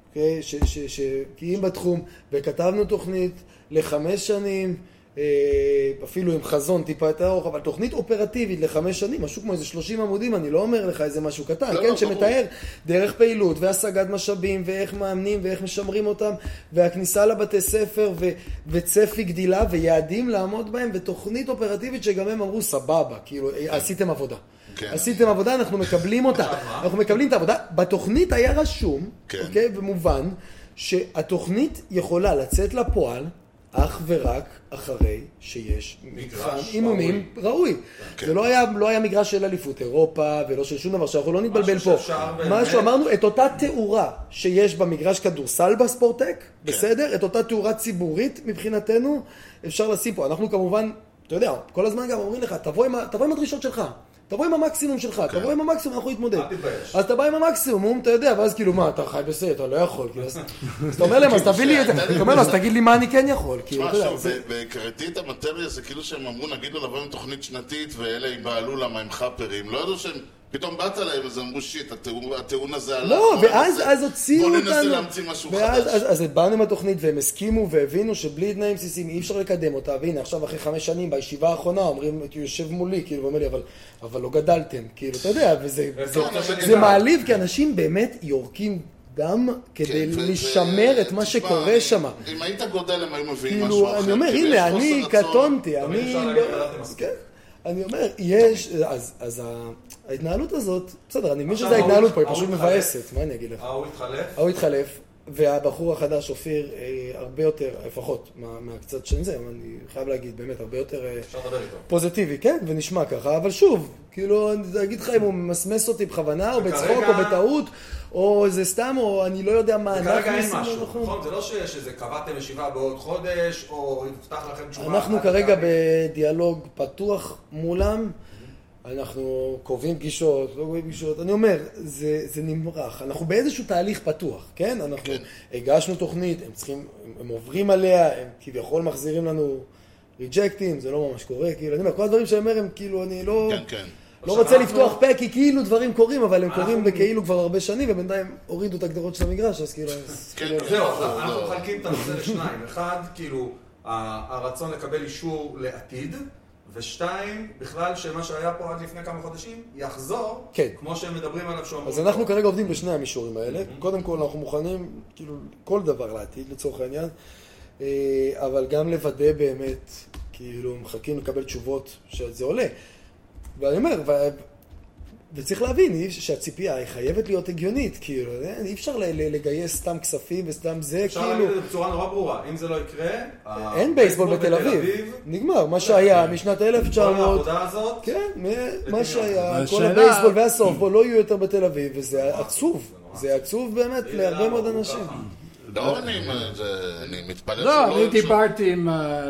שקיים בתחום, וכתבנו תוכנית לחמש שנים, אפילו עם חזון טיפה יותר ארוך, אבל תוכנית אופרטיבית לחמש שנים, משהו כמו איזה שלושים עמודים, אני לא אומר לך איזה משהו קטן, לא, כן, לא, שמתאר דרך פעילות והשגת משאבים ואיך מאמנים ואיך משמרים אותם, והכניסה לבתי ספר ו- וצפי גדילה ויעדים לעמוד בהם, ותוכנית אופרטיבית שגם הם אמרו סבבה, כאילו עשיתם עבודה. כן. עשיתם עבודה, אנחנו מקבלים אותה. אנחנו מקבלים את העבודה. בתוכנית היה רשום, כן. אוקיי, במובן שהתוכנית יכולה לצאת לפועל אך ורק אחרי שיש מגרש אימונים ראוי. כן. זה לא היה, לא היה מגרש של אליפות אירופה ולא של שום דבר, שאנחנו לא נתבלבל פה. משהו, אמרנו, את אותה תאורה שיש במגרש כדורסל בספורטק, כן. בסדר? את אותה תאורה ציבורית מבחינתנו אפשר לשים פה. אנחנו כמובן אתה יודע, כל הזמן גם אומרים לך, תבוא עם, תבוא עם הדרישות שלך. תבוא עם המקסימום שלך, okay. תבוא עם המקסימום, אנחנו נתמודד. אז אתה בא עם המקסימום, אתה יודע, ואז כאילו, מה, אתה חי בסדר, אתה לא יכול. אז אתה אומר להם, אז תביא לי את זה. אתה אומר לו, אז תגיד לי מה אני כן יכול. תשמע, שוב, בקראתי המטריה זה כאילו שהם אמרו, נגיד לו לבוא עם תוכנית שנתית, ואלה ייבעלו למה הם חאפרים. לא ידעו שהם, פתאום באת להם, אז אמרו שיט, הטיעון הזה עלה. לא, ואז הוציאו אותנו. בוא ננסה להמציא משהו חדש. אז באנו עם התוכנית, והם הסכימו והבינו שבלי תנאים בסיסיים אי אפשר לקדם אותה. והנה, עכשיו אחרי חמש שנים, בישיבה האחרונה, אומרים, יושב מולי, כאילו, ואומר לי, אבל לא גדלתם, כאילו, אתה יודע, וזה מעליב, כי אנשים באמת יורקים דם כדי לשמר את מה שקורה שם. אם היית גודל, הם היו מביאים משהו אחר. אני אומר, הנה, אני קטונתי, אני לא... אני אומר, יש, אז, אז ההתנהלות הזאת, בסדר, אני מבין שזו ההתנהלות פה, היא פשוט מבאסת, מה אני אגיד לך? ההוא התחלף? ההוא התחלף, והבחור החדש, אופיר, הרבה יותר, לפחות מהקצת של זה, אני חייב להגיד, באמת, הרבה יותר פוזיטיבי, כן, ונשמע ככה, אבל שוב, כאילו, אני אגיד לך אם הוא מסמס אותי בכוונה, או בצחוק, או בטעות, או זה סתם, או אני לא יודע מה אנחנו... וכרגע אין משהו, נכון? זה לא שזה קבעתם ישיבה בעוד חודש, או יפתח לכם תשובה... אנחנו כרגע בדיאלוג פתוח מולם, אנחנו קובעים פגישות, לא קובעים פגישות, אני אומר, זה, זה נמרח, אנחנו באיזשהו תהליך פתוח, כן? אנחנו כן. הגשנו תוכנית, הם צריכים, הם, הם עוברים עליה, הם כביכול מחזירים לנו ריג'קטים, זה לא ממש קורה, כאילו, אני אומר, כל הדברים שאני אומר הם כאילו, אני לא... כן, כן. לא רוצה לפתוח פה, כי כאילו דברים קורים, אבל הם קורים בכאילו כבר הרבה שנים, ובינתיים הורידו את הגדרות של המגרש, אז כאילו... זהו, אנחנו מחלקים את הנושא לשניים. אחד, כאילו, הרצון לקבל אישור לעתיד, ושתיים, בכלל שמה שהיה פה עד לפני כמה חודשים, יחזור, כמו שהם מדברים עליו שאומרים. אז אנחנו כרגע עובדים בשני המישורים האלה. קודם כל, אנחנו מוכנים, כאילו, כל דבר לעתיד, לצורך העניין, אבל גם לוודא באמת, כאילו, מחכים לקבל תשובות שזה עולה. ואני אומר, ו... וצריך להבין שהציפייה היא חייבת להיות הגיונית, כאילו, אי אפשר לגייס סתם כספים וסתם זה, אפשר כאילו... אפשר להגיד את זה בצורה נורא ברורה, אם זה לא יקרה... אין בייסבול בתל אביב, נגמר, מה שהיה משנת אלף תשע מאות... כל העבודה הזאת... כן, מה שהיה, כל הבייסבול והסופטבול לא יהיו יותר בתל אביב, וזה עצוב, זה עצוב באמת להרבה מאוד אנשים. לא, אני מתפלל שלא... לא, אני דיברתי עם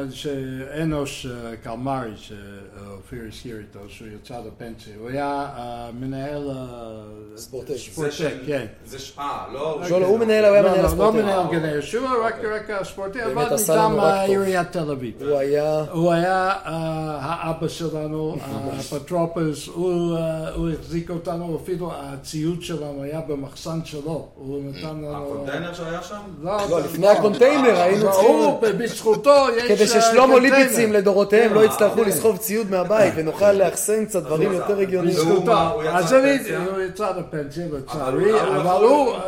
אנוש קלמרי, שאופיר הזכיר איתו, שהוא יצא לפנסיה. הוא היה מנהל ספורטק. ספורטק, כן. זה שעה, לא... לא, הוא מנהל, הוא היה מנהל ספורטק. לא מנהל גנר, שהוא רק ספורטק, אבל מטעם עיריית תל אביב. הוא היה... הוא היה האבא שלנו, הפטרופוס, הוא החזיק אותנו, אפילו הציוד שלנו היה במחסן שלו. הוא נתן לנו... הקונטיינר שהיה שם? לא, לפני הקונטיינר היינו צריכים... בזכותו יש... כדי ששלמה ליפיצים לדורותיהם לא יצטרכו לסחוב ציוד מהבית ונוכל לאחסן קצת דברים יותר הגיוניים. אז הוא יצא לפנסיה לצערי, אבל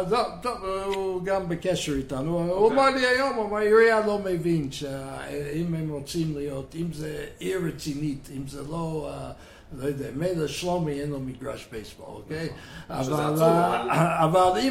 הוא גם בקשר איתנו. הוא אמר לי היום, הוא אמר, העירייה לא מבין שאם הם רוצים להיות, אם זה עיר רצינית, אם זה לא... לא יודע, מילא שלומי אין לו מגרש בייסבול, אוקיי? אבל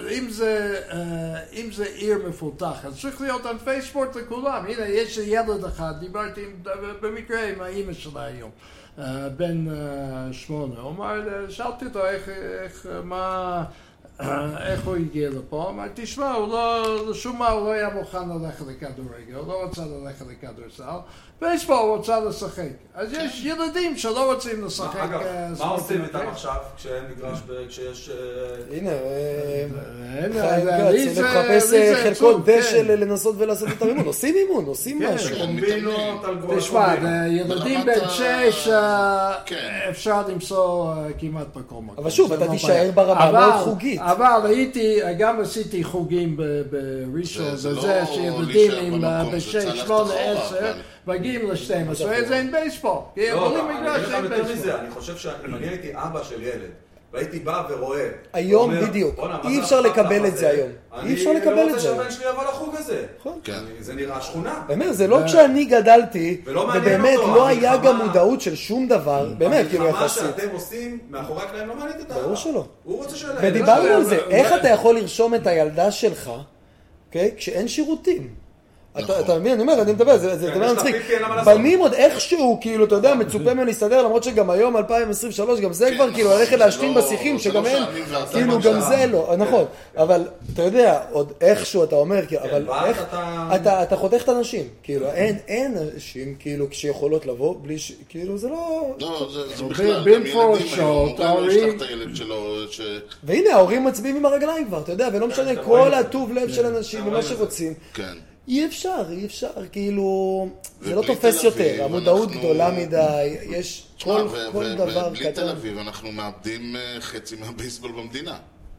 אם זה עיר מפותח, אז צריך להיות ענפי ספורט לכולם. הנה, יש ילד אחד, דיברתי במקרה עם האמא שלה היום, בן שמונה. הוא אמר, שאלתי אותו איך, מה... איך הוא הגיע לפה? אמר, תשמע, הוא לא, לשום מה הוא לא היה מוכן ללכת לכדורגל, הוא לא רוצה ללכת לכדורסל, בייסבול הוא רוצה לשחק. אז יש ילדים שלא רוצים לשחק. אגב, מה עושים איתם עכשיו כשאין מגרש, כשיש... הנה, חיים כץ, לחפש חלקות דשא לנסות ולעשות את הרימון. עושים אימון, עושים משהו. קומבינות על גבול. תשמע, ילדים בן שש, אפשר למצוא כמעט בכל מקום. אבל שוב, אתה תישאר ברמה מאוד חוגית. אבל הייתי, גם עשיתי חוגים בראשון, וזה שילדים עם בשש, שמונה, עשר, מגיעים ל-שתים עשרה, זה אין בייסבול. לא, אני אגיד לך יותר מזה, אני חושב שאם אני הייתי אבא של ילד, והייתי בא ורואה... היום בדיוק, אי אפשר לקבל את זה היום. אי אפשר לקבל את זה. אני לא רוצה שהבן שלי יבוא לחוג הזה. זה נראה שכונה. באמת, זה לא כשאני גדלתי, ובאמת לא היה גם מודעות של שום דבר, באמת, כאילו יחסית. מה שאתם עושים מאחורי הקלעים לא מעניין את האבא. ברור שלא. הוא רוצה שלהם. ודיברנו על זה, איך אתה יכול לרשום את הילדה שלך, כשאין שירותים? אתה מבין, אני אומר, אני מדבר, זה דבר מצחיק. בנים עוד איכשהו, כאילו, אתה יודע, מצופה ממנו להסתדר, למרות שגם היום, אלפיים עשרים ושלוש, גם זה כבר, כאילו, ללכת להשתין בשיחים, שגם אין, כאילו, גם זה לא, נכון. אבל, אתה יודע, עוד איכשהו אתה אומר, אבל איך, אתה חותך את אנשים, כאילו, אין אנשים, כאילו, כשיכולות לבוא, בלי ש... כאילו, זה לא... לא, זה בכלל, גם ילדים היום, אומרים לו, ישלח את הילד שלו, ש... והנה, ההורים מצביעים עם הרגליים כבר, אתה יודע, ולא משנה, כל הטוב לב של אנשים, ומה שרוצים. כן. אי אפשר, אי אפשר, כאילו, זה לא תופס יותר, המודעות גדולה מדי, יש כל דבר קטן. ובלי תל אביב אנחנו מאבדים חצי מהבייסבול במדינה.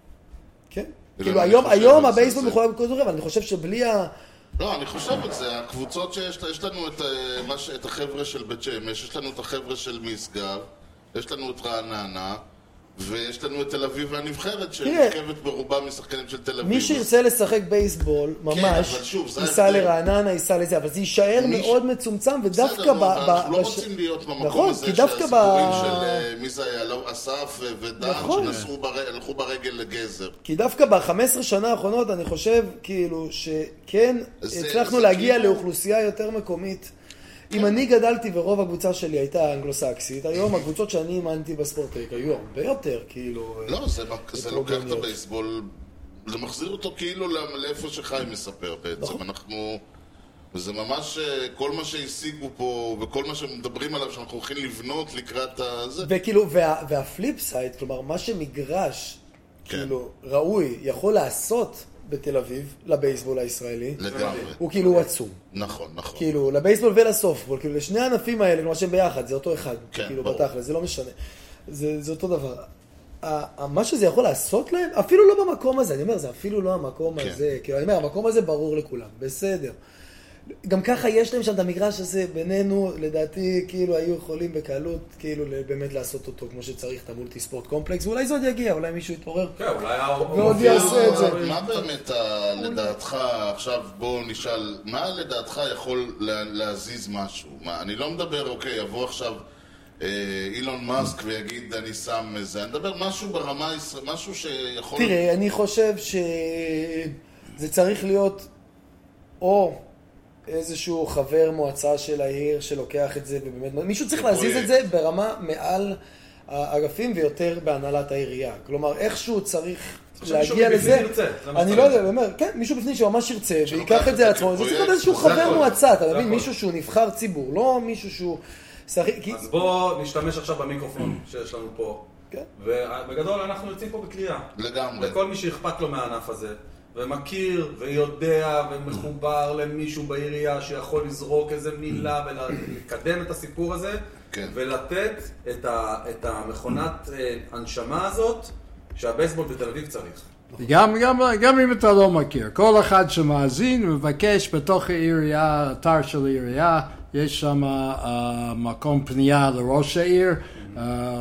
כן, כאילו היום הבייסבול מחולק בכדורגל, אבל אני חושב שבלי ה... לא, אני חושב את זה, הקבוצות שיש לנו את החבר'ה של בית שמש, יש לנו את החבר'ה של משגב, יש לנו את רעננה, ויש לנו את תל אביב והנבחרת שמורכבת ברובה משחקנים של תל אביב. מי שירצה לשחק בייסבול, ממש, ייסע לרעננה, ייסע לזה, אבל זה יישאר מאוד מצומצם, ודווקא ב... אנחנו לא רוצים להיות במקום הזה של הסיפורים של מי זה היה, אסף ודן, שהלכו ברגל לגזר. כי דווקא ב-חמש עשרה שנה האחרונות, אני חושב, כאילו, שכן, הצלחנו להגיע לאוכלוסייה יותר מקומית. אם אני גדלתי ורוב הקבוצה שלי הייתה אנגלוסקסית, היום הקבוצות שאני אימנתי בספורטק היו הרבה יותר, כאילו... לא, זה לוקח את הבייסבול, זה מחזיר אותו כאילו לאיפה שחיים מספר בעצם. אנחנו... וזה ממש כל מה שהשיגו פה, וכל מה שמדברים עליו שאנחנו הולכים לבנות לקראת הזה. וכאילו, והפליפ סייד, כלומר, מה שמגרש, כאילו, ראוי, יכול לעשות... בתל אביב, לבייסבול הישראלי. לגמרי. הוא כאילו עצום. נכון, נכון. כאילו, לבייסבול ולסופטבול, כאילו, לשני הענפים האלה, כלומר שהם ביחד, זה אותו אחד. כן, כאילו, ברור. בתכל'ס, זה לא משנה. זה, זה אותו דבר. מה שזה יכול לעשות להם, אפילו לא במקום הזה, אני אומר, זה אפילו לא המקום כן. הזה. כאילו, אני אומר, המקום הזה ברור לכולם, בסדר. גם ככה יש להם שם את המגרש הזה בינינו, לדעתי, כאילו, היו יכולים בקלות, כאילו, באמת לעשות אותו כמו שצריך, את המולטי ספורט קומפלקס, ואולי זה עוד יגיע, אולי מישהו יתעורר. כן, אולי... ועוד יעשה את זה. מה באמת, לדעתך, עכשיו בואו נשאל, מה לדעתך יכול להזיז משהו? אני לא מדבר, אוקיי, יבוא עכשיו אילון מאסק ויגיד, אני שם זה, אני מדבר משהו ברמה, משהו שיכול... תראה, אני חושב שזה צריך להיות, או... איזשהו חבר מועצה של העיר שלוקח את זה, ובאמת, מישהו צריך להזיז את זה ברמה מעל האגפים ויותר בהנהלת העירייה. כלומר, איכשהו צריך להגיע לזה. אני לא יודע, אומר, כן, מישהו בפנים שממש ירצה ויקח את זה לעצמו. זה צריך להיות איזשהו חבר מועצה, אתה מבין? מישהו שהוא נבחר ציבור, לא מישהו שהוא... אז בואו נשתמש עכשיו במיקרופון שיש לנו פה. ובגדול אנחנו יוצאים פה בקריאה. לגמרי. לכל מי שאכפת לו מהענף הזה. ומכיר ויודע ומחובר למישהו בעירייה שיכול לזרוק איזה מילה ולקדם את הסיפור הזה, כן. ולתת את, ה, את המכונת הנשמה הזאת שהבייסבול בתל אביב צריך. גם, גם, גם אם אתה לא מכיר, כל אחד שמאזין מבקש בתוך העירייה, אתר של העירייה, יש שם uh, מקום פנייה לראש העיר, uh,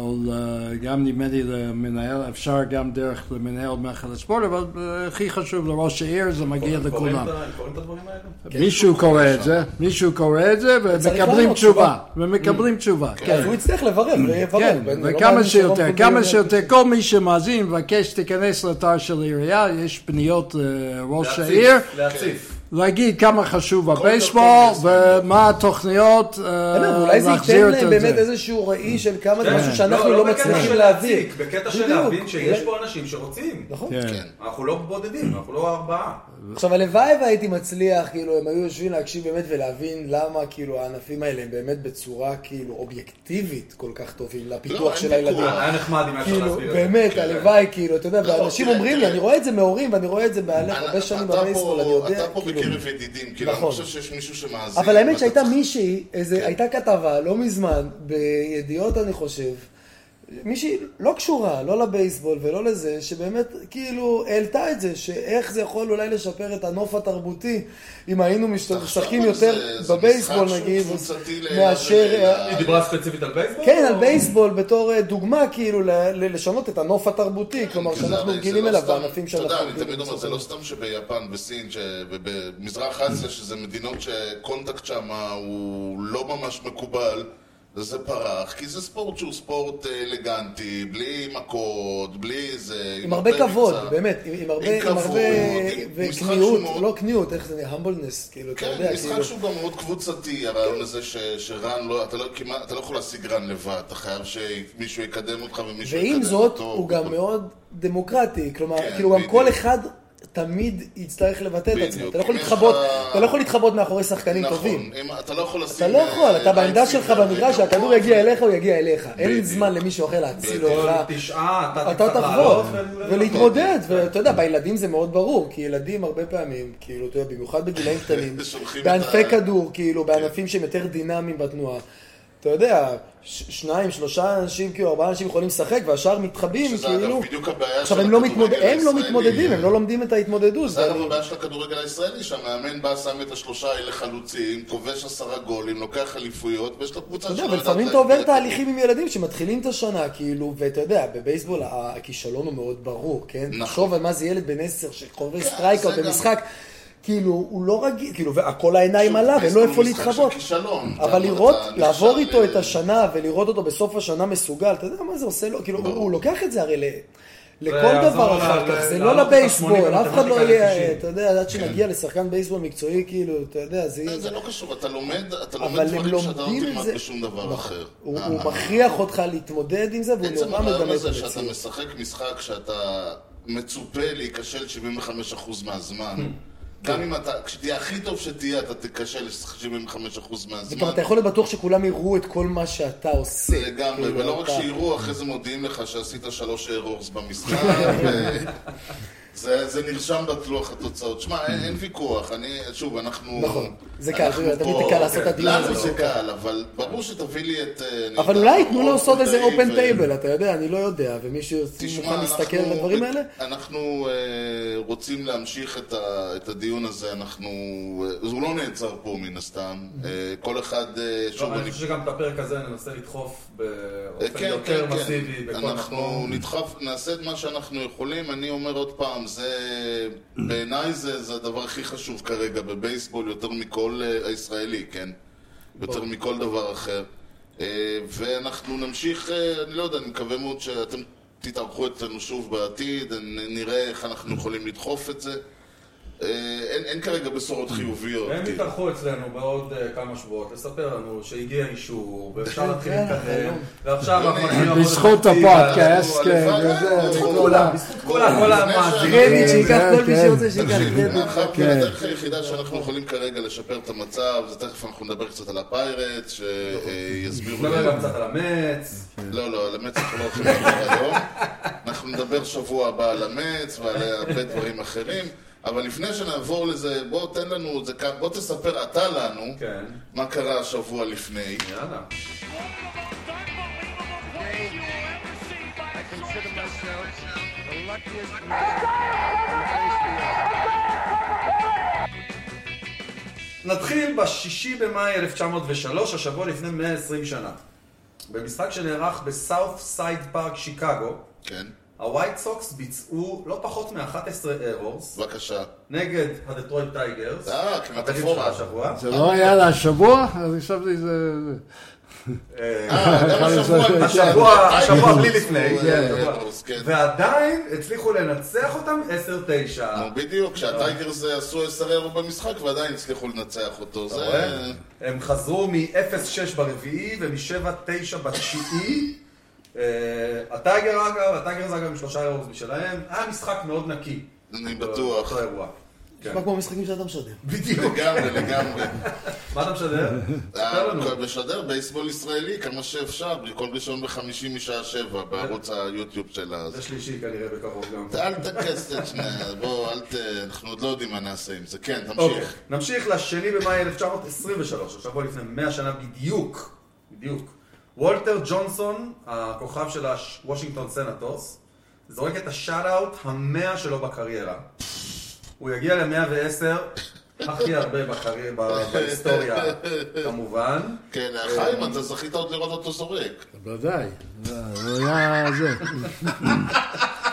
גם נדמה לי למנהל, אפשר גם דרך למנהל מערכת הספורט, אבל uh, הכי חשוב לראש העיר, זה מגיע לכולם. קוראים את הדברים האלה? מישהו קורא את זה, מישהו קורא את זה, ומקבלים תשובה, ומקבלים תשובה. כן, הוא יצטרך לברר, כן, וכמה שיותר, כמה שיותר, כל מי שמאזין מבקש תיכנס לאתר של העירייה, יש פניות לראש העיר. להציף. להגיד כמה חשוב הבייסבול ומה התוכניות להחזיר את זה. אולי זה ייתן להם באמת איזשהו ראי של כמה זה משהו שאנחנו לא מצליחים להביא. בקטע של להבין שיש פה אנשים שרוצים. נכון. אנחנו לא בודדים, אנחנו לא ארבעה. עכשיו הלוואי והייתי מצליח, כאילו הם היו יושבים להקשיב באמת ולהבין למה כאילו הענפים האלה הם באמת בצורה כאילו אובייקטיבית כל כך טובים לפיתוח של הילדים. היה נחמד אם אפשר להסביר את זה. באמת, הלוואי כאילו, אתה יודע, ואנשים אומרים לי, אני רואה את זה מהורים ואני רואה את זה בהלך הרבה שנים בבייסבול, אני יודע. אתה פה בקרב ידידים, כאילו אני חושב שיש מישהו שמאזין. אבל האמת שהייתה מישהי, הייתה כתבה לא מזמן, בידיעות אני חושב, מישהי לא קשורה, לא לבייסבול ולא לזה, שבאמת כאילו העלתה את זה, שאיך זה יכול אולי לשפר את הנוף התרבותי, אם היינו משחקים יותר בבייסבול נגיד, מאשר... היא דיברה ספציפית על בייסבול? כן, על בייסבול בתור דוגמה כאילו לשנות את הנוף התרבותי, כלומר שאנחנו רגילים אליו בענפים שאנחנו... אתה יודע, אני תמיד אומר, זה לא סתם שביפן, בסין, ובמזרח אסיה, שזה מדינות שקונטקט שם הוא לא ממש מקובל, זה פרח, כי זה ספורט שהוא ספורט אלגנטי, בלי מכות, בלי זה... עם הרבה כבוד, באמת, עם הרבה וקניעות, לא קניעות, איך זה נהיה, המבלנס, כאילו, אתה יודע, כן, משחק שהוא גם מאוד קבוצתי, הרעיון הזה שרן לא, אתה לא יכול להשיג רן לבד, אתה חייב שמישהו יקדם אותך ומישהו יקדם אותו. ועם זאת, הוא גם מאוד דמוקרטי, כלומר, כאילו גם כל אחד... תמיד יצטרך לבטא את עצמו. אתה לא יכול להתחבות, אתה לא יכול להתחבות מאחורי שחקנים טובים. נכון, אתה לא יכול לשים... אתה לא יכול, אתה בעמדה שלך במגרש, שהכדור יגיע אליך, הוא יגיע אליך. אין זמן למישהו אחר להציל אותך. תשעה, אתה תחבות, ולהתמודד, ואתה יודע, בילדים זה מאוד ברור, כי ילדים הרבה פעמים, כאילו, אתה יודע, במיוחד בגילאים קטנים, בענפי כדור, כאילו, בענפים שהם יותר דינמיים בתנועה. אתה יודע, שניים, שלושה אנשים, כאילו, ארבעה אנשים יכולים לשחק, והשאר מתחבים, כאילו... עכשיו, הם לא מתמודדים, הם לא לומדים את ההתמודדות. זה אגב הבעיה של הכדורגל הישראלי, שהמאמן בא, שם את השלושה האלה חלוצים, כובש עשרה גולים, לוקח אליפויות, ויש לו קבוצה שלא... ולפעמים אתה עובר תהליכים עם ילדים שמתחילים את השנה, כאילו, ואתה יודע, בבייסבול הכישלון הוא מאוד ברור, כן? תחשוב על מה זה ילד בן עשר שחובר סטרייקאוט במשחק. כאילו, הוא לא רגיל, כאילו, והכל העיניים עליו, אין לו איפה להתחבות. אבל לראות, לעבור איתו את השנה ולראות אותו בסוף השנה מסוגל, אתה יודע מה זה עושה לו? כאילו, הוא לוקח את זה הרי לכל דבר אחר כך, זה לא לבייסבול, אף אחד לא יהיה, אתה יודע, עד שנגיע לשחקן בייסבול מקצועי, כאילו, אתה יודע, זה יהיה... זה לא קשור, אתה לומד דברים שאתה לא תלמד בשום דבר אחר. הוא מכריח אותך להתמודד עם זה, והוא נורא מגמד את המציאות. שאתה משחק משחק שאתה מצופה להיכשל שבעים וחמישה אחוז מהזמן. גם אם אתה, כשתהיה הכי טוב שתהיה, אתה תקשל שבעים וחמישה אחוז מהזמן. וכבר אתה יכול לבטוח שכולם יראו את כל מה שאתה עושה. לגמרי, ולא רק שיראו, אחרי זה מודיעים לך שעשית שלוש ארורס במשחק. זה נרשם בלוח התוצאות. שמע, אין ויכוח, אני, שוב, אנחנו... נכון, זה קל, תמיד קל לעשות את הדיון הזה. לנו זה קל, אבל ברור שתביא לי את... אבל אולי תנו לו לעשות איזה אופן טייבל, אתה יודע, אני לא יודע, ומישהו מוכן להסתכל על הדברים האלה? אנחנו רוצים להמשיך את הדיון הזה, אנחנו... הוא לא נעצר פה מן הסתם, כל אחד... אני חושב שגם את הפרק הזה ננסה לדחוף באופן יותר מסיבי בכל מקום. אנחנו נדחוף, נעשה את מה שאנחנו יכולים, אני אומר עוד פעם, זה, בעיניי זה, זה הדבר הכי חשוב כרגע בבייסבול, יותר מכל הישראלי, כן? יותר מכל דבר אחר. ואנחנו נמשיך, אני לא יודע, אני מקווה מאוד שאתם תתארחו אצלנו שוב בעתיד, נראה איך אנחנו יכולים לדחוף את זה. אין, אין כרגע בשורות חיוביות. הם יתארחו אצלנו בעוד כמה שבועות, לספר לנו שהגיע אישור, ואפשר להתחיל להתקדם, ועכשיו אנחנו מתחילים... בזכות הפודקאסט, כן, בזכות כולם, בזכות כולם, כל המאזינים. קרדיט, שיקח כל מי שרוצה שיקח קרדיט. הדרך היחידה שאנחנו יכולים כרגע לשפר את המצב, זה תכף אנחנו נדבר קצת על הפיירטס, שיסבירו... נדבר גם קצת על המץ. לא, לא, על המץ אנחנו לא הולכים לדבר היום. אנחנו נדבר שבוע הבא על המץ ועל הרבה דברים אחרים. אבל לפני שנעבור לזה, בוא תן לנו, בוא תספר אתה לנו כן. מה קרה השבוע לפני. יאללה. נתחיל בשישי במאי אלף תשע מאות ושלוש, השבוע לפני מאה ועשרים שנה. במשחק שנערך בסאוף סייד פארק שיקגו. כן. הווייט סוקס ביצעו לא פחות מ-אחד עשר ארורס. בבקשה. נגד הדטרויט טייגרס. אה, כמטאפורה. זה לא היה לה השבוע? אז חשבתי זה... אה, גם השבוע. השבוע בלי לפני. ועדיין הצליחו לנצח אותם עשר תשע. נו, בדיוק, כשהטייגרס עשו עשר ארור במשחק ועדיין הצליחו לנצח אותו. הם חזרו מ-אפס שש ברביעי ומ-שבע תשע בתשיעי. הטייגר אגב, הטייגר זה אגב עם שלושה ארורס בשלהם, היה משחק מאוד נקי. אני בטוח. נשמע כמו משחקים שאתה משדר. בדיוק. לגמרי, לגמרי. מה אתה משדר? ספר לנו. משדר בייסבול ישראלי, כמה שאפשר, כל ראשון וחמישי משעה שבע, בערוץ היוטיוב שלה. זה שלישי כנראה בקרוב גם. אל תקס את שנייה, בוא, אל ת... אנחנו עוד לא יודעים מה נעשה עם זה. כן, תמשיך. נמשיך לשני במאי אלף תשע מאות עשרים ושלוש, השבוע לפני מאה שנה בדיוק. בדיוק. וולטר ג'ונסון, הכוכב של הוושינגטון סנטורס, זורק את השאט-אוט המאה שלו בקריירה. הוא יגיע ל-מאה ועשר, הכי הרבה בקריירה, בהיסטוריה, כמובן. כן, חיים, אתה זכית עוד לראות אותו זורק. בוודאי, זה היה זה.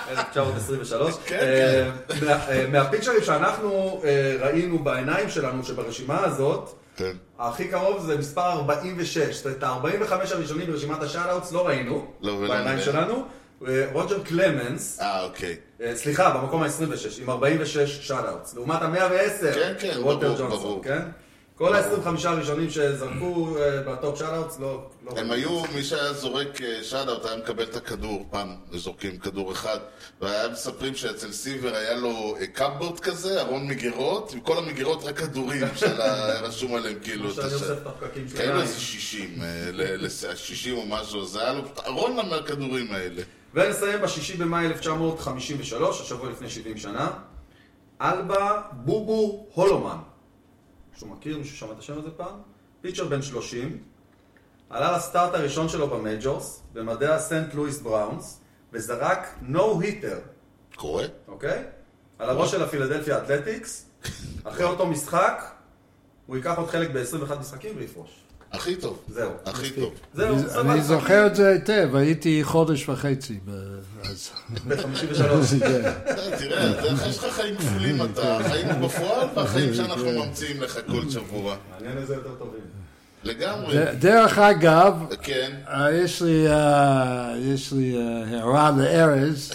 אלף תשע מאות עשרים ושלוש. מהפיצ'רים שאנחנו ראינו בעיניים שלנו, שברשימה הזאת, הכי קרוב זה מספר ארבעים ושש. זאת אומרת, ה-ארבעים וחמש הראשונים ברשימת השאט-אאוטס לא ראינו בעיניים שלנו. רוג'ר קלמנס, אה, אוקיי. סליחה, במקום ה-עשרים ושש, עם ארבעים ושש שאט-אאוטס, לעומת ה-מאה ועשר, כן, כן, וולטר ברור, ג'ונסון, ברור. כן? כל ה-עשרים וחמישה הראשונים שזרקו בטופ שאט-אאוטס, לא... הם היו, מי שהיה זורק שאט-אאוט היה מקבל את הכדור, פעם זורקים כדור אחד, והיה מספרים שאצל סיבר היה לו קאפבורד כזה, ארון מגירות, עם כל המגירות רק כדורים שהיה רשום עליהם, כאילו, שאני אוסף את הפקקים שלהם. כאלו איזה שישים, שישים או משהו, זה היה לו ארון מהכדורים האלה. ונסיים בשישי במאי אלף תשע מאות חמישים ושלוש, השבוע לפני שבעים שנה, אלבה בובו הולומן. מישהו מכיר, מישהו שמע את השם הזה פעם? פיצ'ר בן שלושים, עלה לסטארט הראשון שלו במייג'ורס, במדעי הסנט לואיס בראונס, וזרק נו היטר. קורה? אוקיי? על הראש של הפילדלפיה אתלטיקס, אחרי אותו משחק, הוא ייקח עוד חלק ב-עשרים ואחד משחקים ויפרוש. הכי טוב. זהו. הכי טוב. זהו. אני זוכר את זה היטב, הייתי חודש וחצי. ב-חמישים ושלוש. תראה, יש לך חיים כפולים אתה, חיים בפועל והחיים שאנחנו ממציאים לך כל שבוע. מעניין איזה יותר טובים. לגמרי. דרך אגב, כן. יש לי יש לי הערה לארז,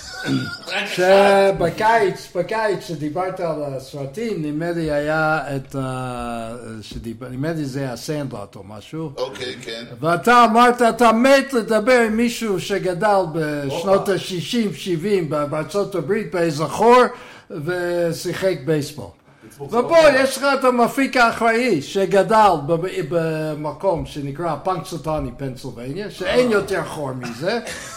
שבקיץ, בקיץ שדיברת על הסרטים, נדמה לי היה את, נדמה לי זה הסנדלוט או משהו. אוקיי, כן. ואתה אמרת, אתה מת לדבר עם מישהו שגדל בשנות ה-שישים שבעים בארצות הברית באיזה חור ושיחק בייסבול. ובוא, יש לך את המפיק האחראי שגדל במקום שנקרא פונקסטוני, פנסילבניה, שאין יותר חור מזה.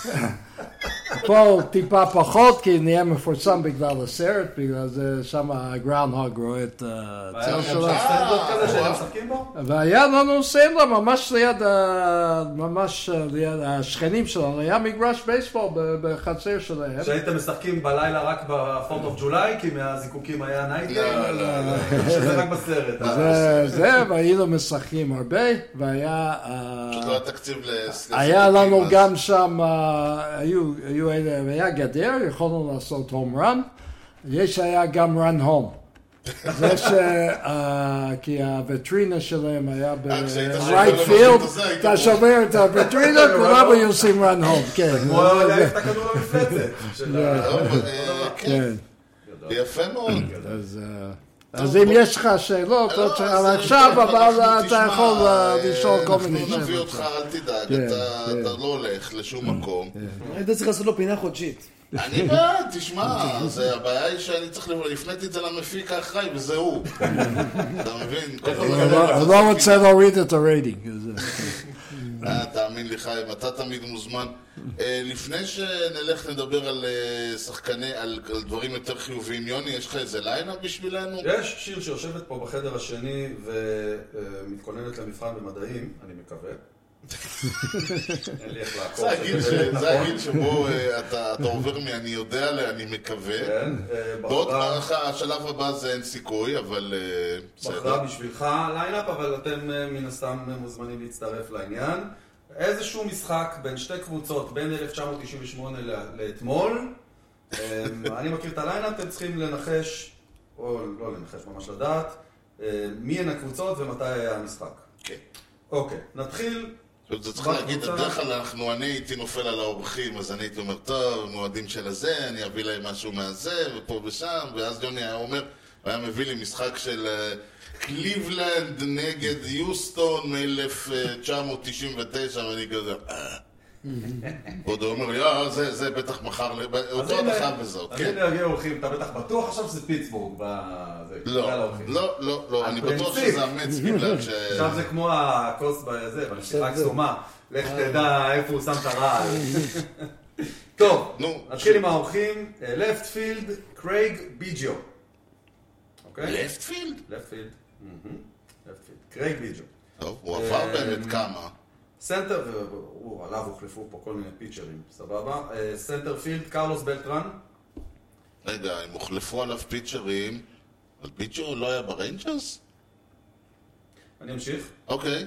פה טיפה פחות, כי נהיה מפורסם בגלל הסרט, בגלל זה שם הגראונדהוג רואה את הצל שלו. והיה סנדלוט כזה שהם משחקים בו? והיה לנו סנדלוט ממש ליד, ממש ליד השכנים שלנו, היה מגרש בייסבול בחצר שלהם. שהייתם משחקים בלילה רק ב-פורט אוף ג'ולי, כי מהזיקוקים היה נייטלי? לא, לא, לא. שזה רק בסרט. זה, והיינו משחקים הרבה, והיה... פשוט לא היה תקציב לסלסל. היה לנו גם שם, היו, היו, היה גדר, יכולנו לעשות הום רן, יש היה גם רן הום. זה ש... כי הווטרינה שלהם היה ברייט פילד, אתה שובר את הווטרינה, כולם היו עושים רן הום, כן. כמו להעיף את הכדור למפלצת. כן. יפה מאוד. אז אם יש לך שאלות, עכשיו, אבל אתה יכול לשאול כל מיני שאלות. נביא אותך, אל תדאג, אתה לא הולך לשום מקום. היית צריך לעשות לו פינה חודשית. אני בעד, תשמע, הבעיה היא שאני צריך לפניתי את זה למפיק האחראי, וזה הוא. אתה מבין? אני לא רוצה להוריד את הרייטינג. תאמין לי חיים, אתה תמיד מוזמן. לפני שנלך נדבר על שחקני, על דברים יותר חיוביים, יוני, יש לך איזה ליינאפ בשבילנו? יש שיר שיושבת פה בחדר השני ומתכוננת למבחן במדעים, אני מקווה. אין לי איך לעקוב. זה הגיל שבו אתה עובר מי אני יודע לאני מקווה. בעוד השלב הבא זה אין סיכוי, אבל... בחרה בשבילך ליינאפ, אבל אתם מן הסתם מוזמנים להצטרף לעניין. איזשהו משחק בין שתי קבוצות, בין אלף תשע מאות תשעים ושמונה לאתמול. אני מכיר את הליינאפ, אתם צריכים לנחש, או לא לנחש, ממש לדעת, מי הן הקבוצות ומתי היה המשחק. כן. אוקיי, נתחיל... זה צריך להגיד, בדרך כלל אנחנו, אני הייתי נופל על האורחים, אז אני הייתי אומר, טוב, מועדים של הזה, אני אביא להם משהו מהזה, ופה ושם, ואז יוני היה אומר, היה מביא לי משחק של קליבלנד נגד יוסטון מ-אלף תשע מאות תשעים ותשע, ואני כזה, עוד הוא אומר, יא, זה בטח מחר, אותו הדחה וזאת, כן? אז הנה הגיע אורחים, אתה בטח בטוח עכשיו שזה פיטסבורג, לא, לא, לא, לא, אני בטוח שזה אמץ בגלל ש... עכשיו זה כמו הכוס בזה, בנשיכה קסומה, לך תדע איפה הוא שם את הרעל. טוב, נתחיל עם האורחים, לפט פילד, קרייג ביג'ו. לפט פילד? לפט פילד, קרייג ביג'ו. טוב, הוא עבר באמת כמה. סנטר, עליו הוחלפו פה כל מיני פיצ'רים, סבבה. סנטר פילד, קרלוס בלטרן. רגע, הם הוחלפו עליו פיצ'רים, אבל ביג'ו לא היה בריינג'רס? אני אמשיך. אוקיי.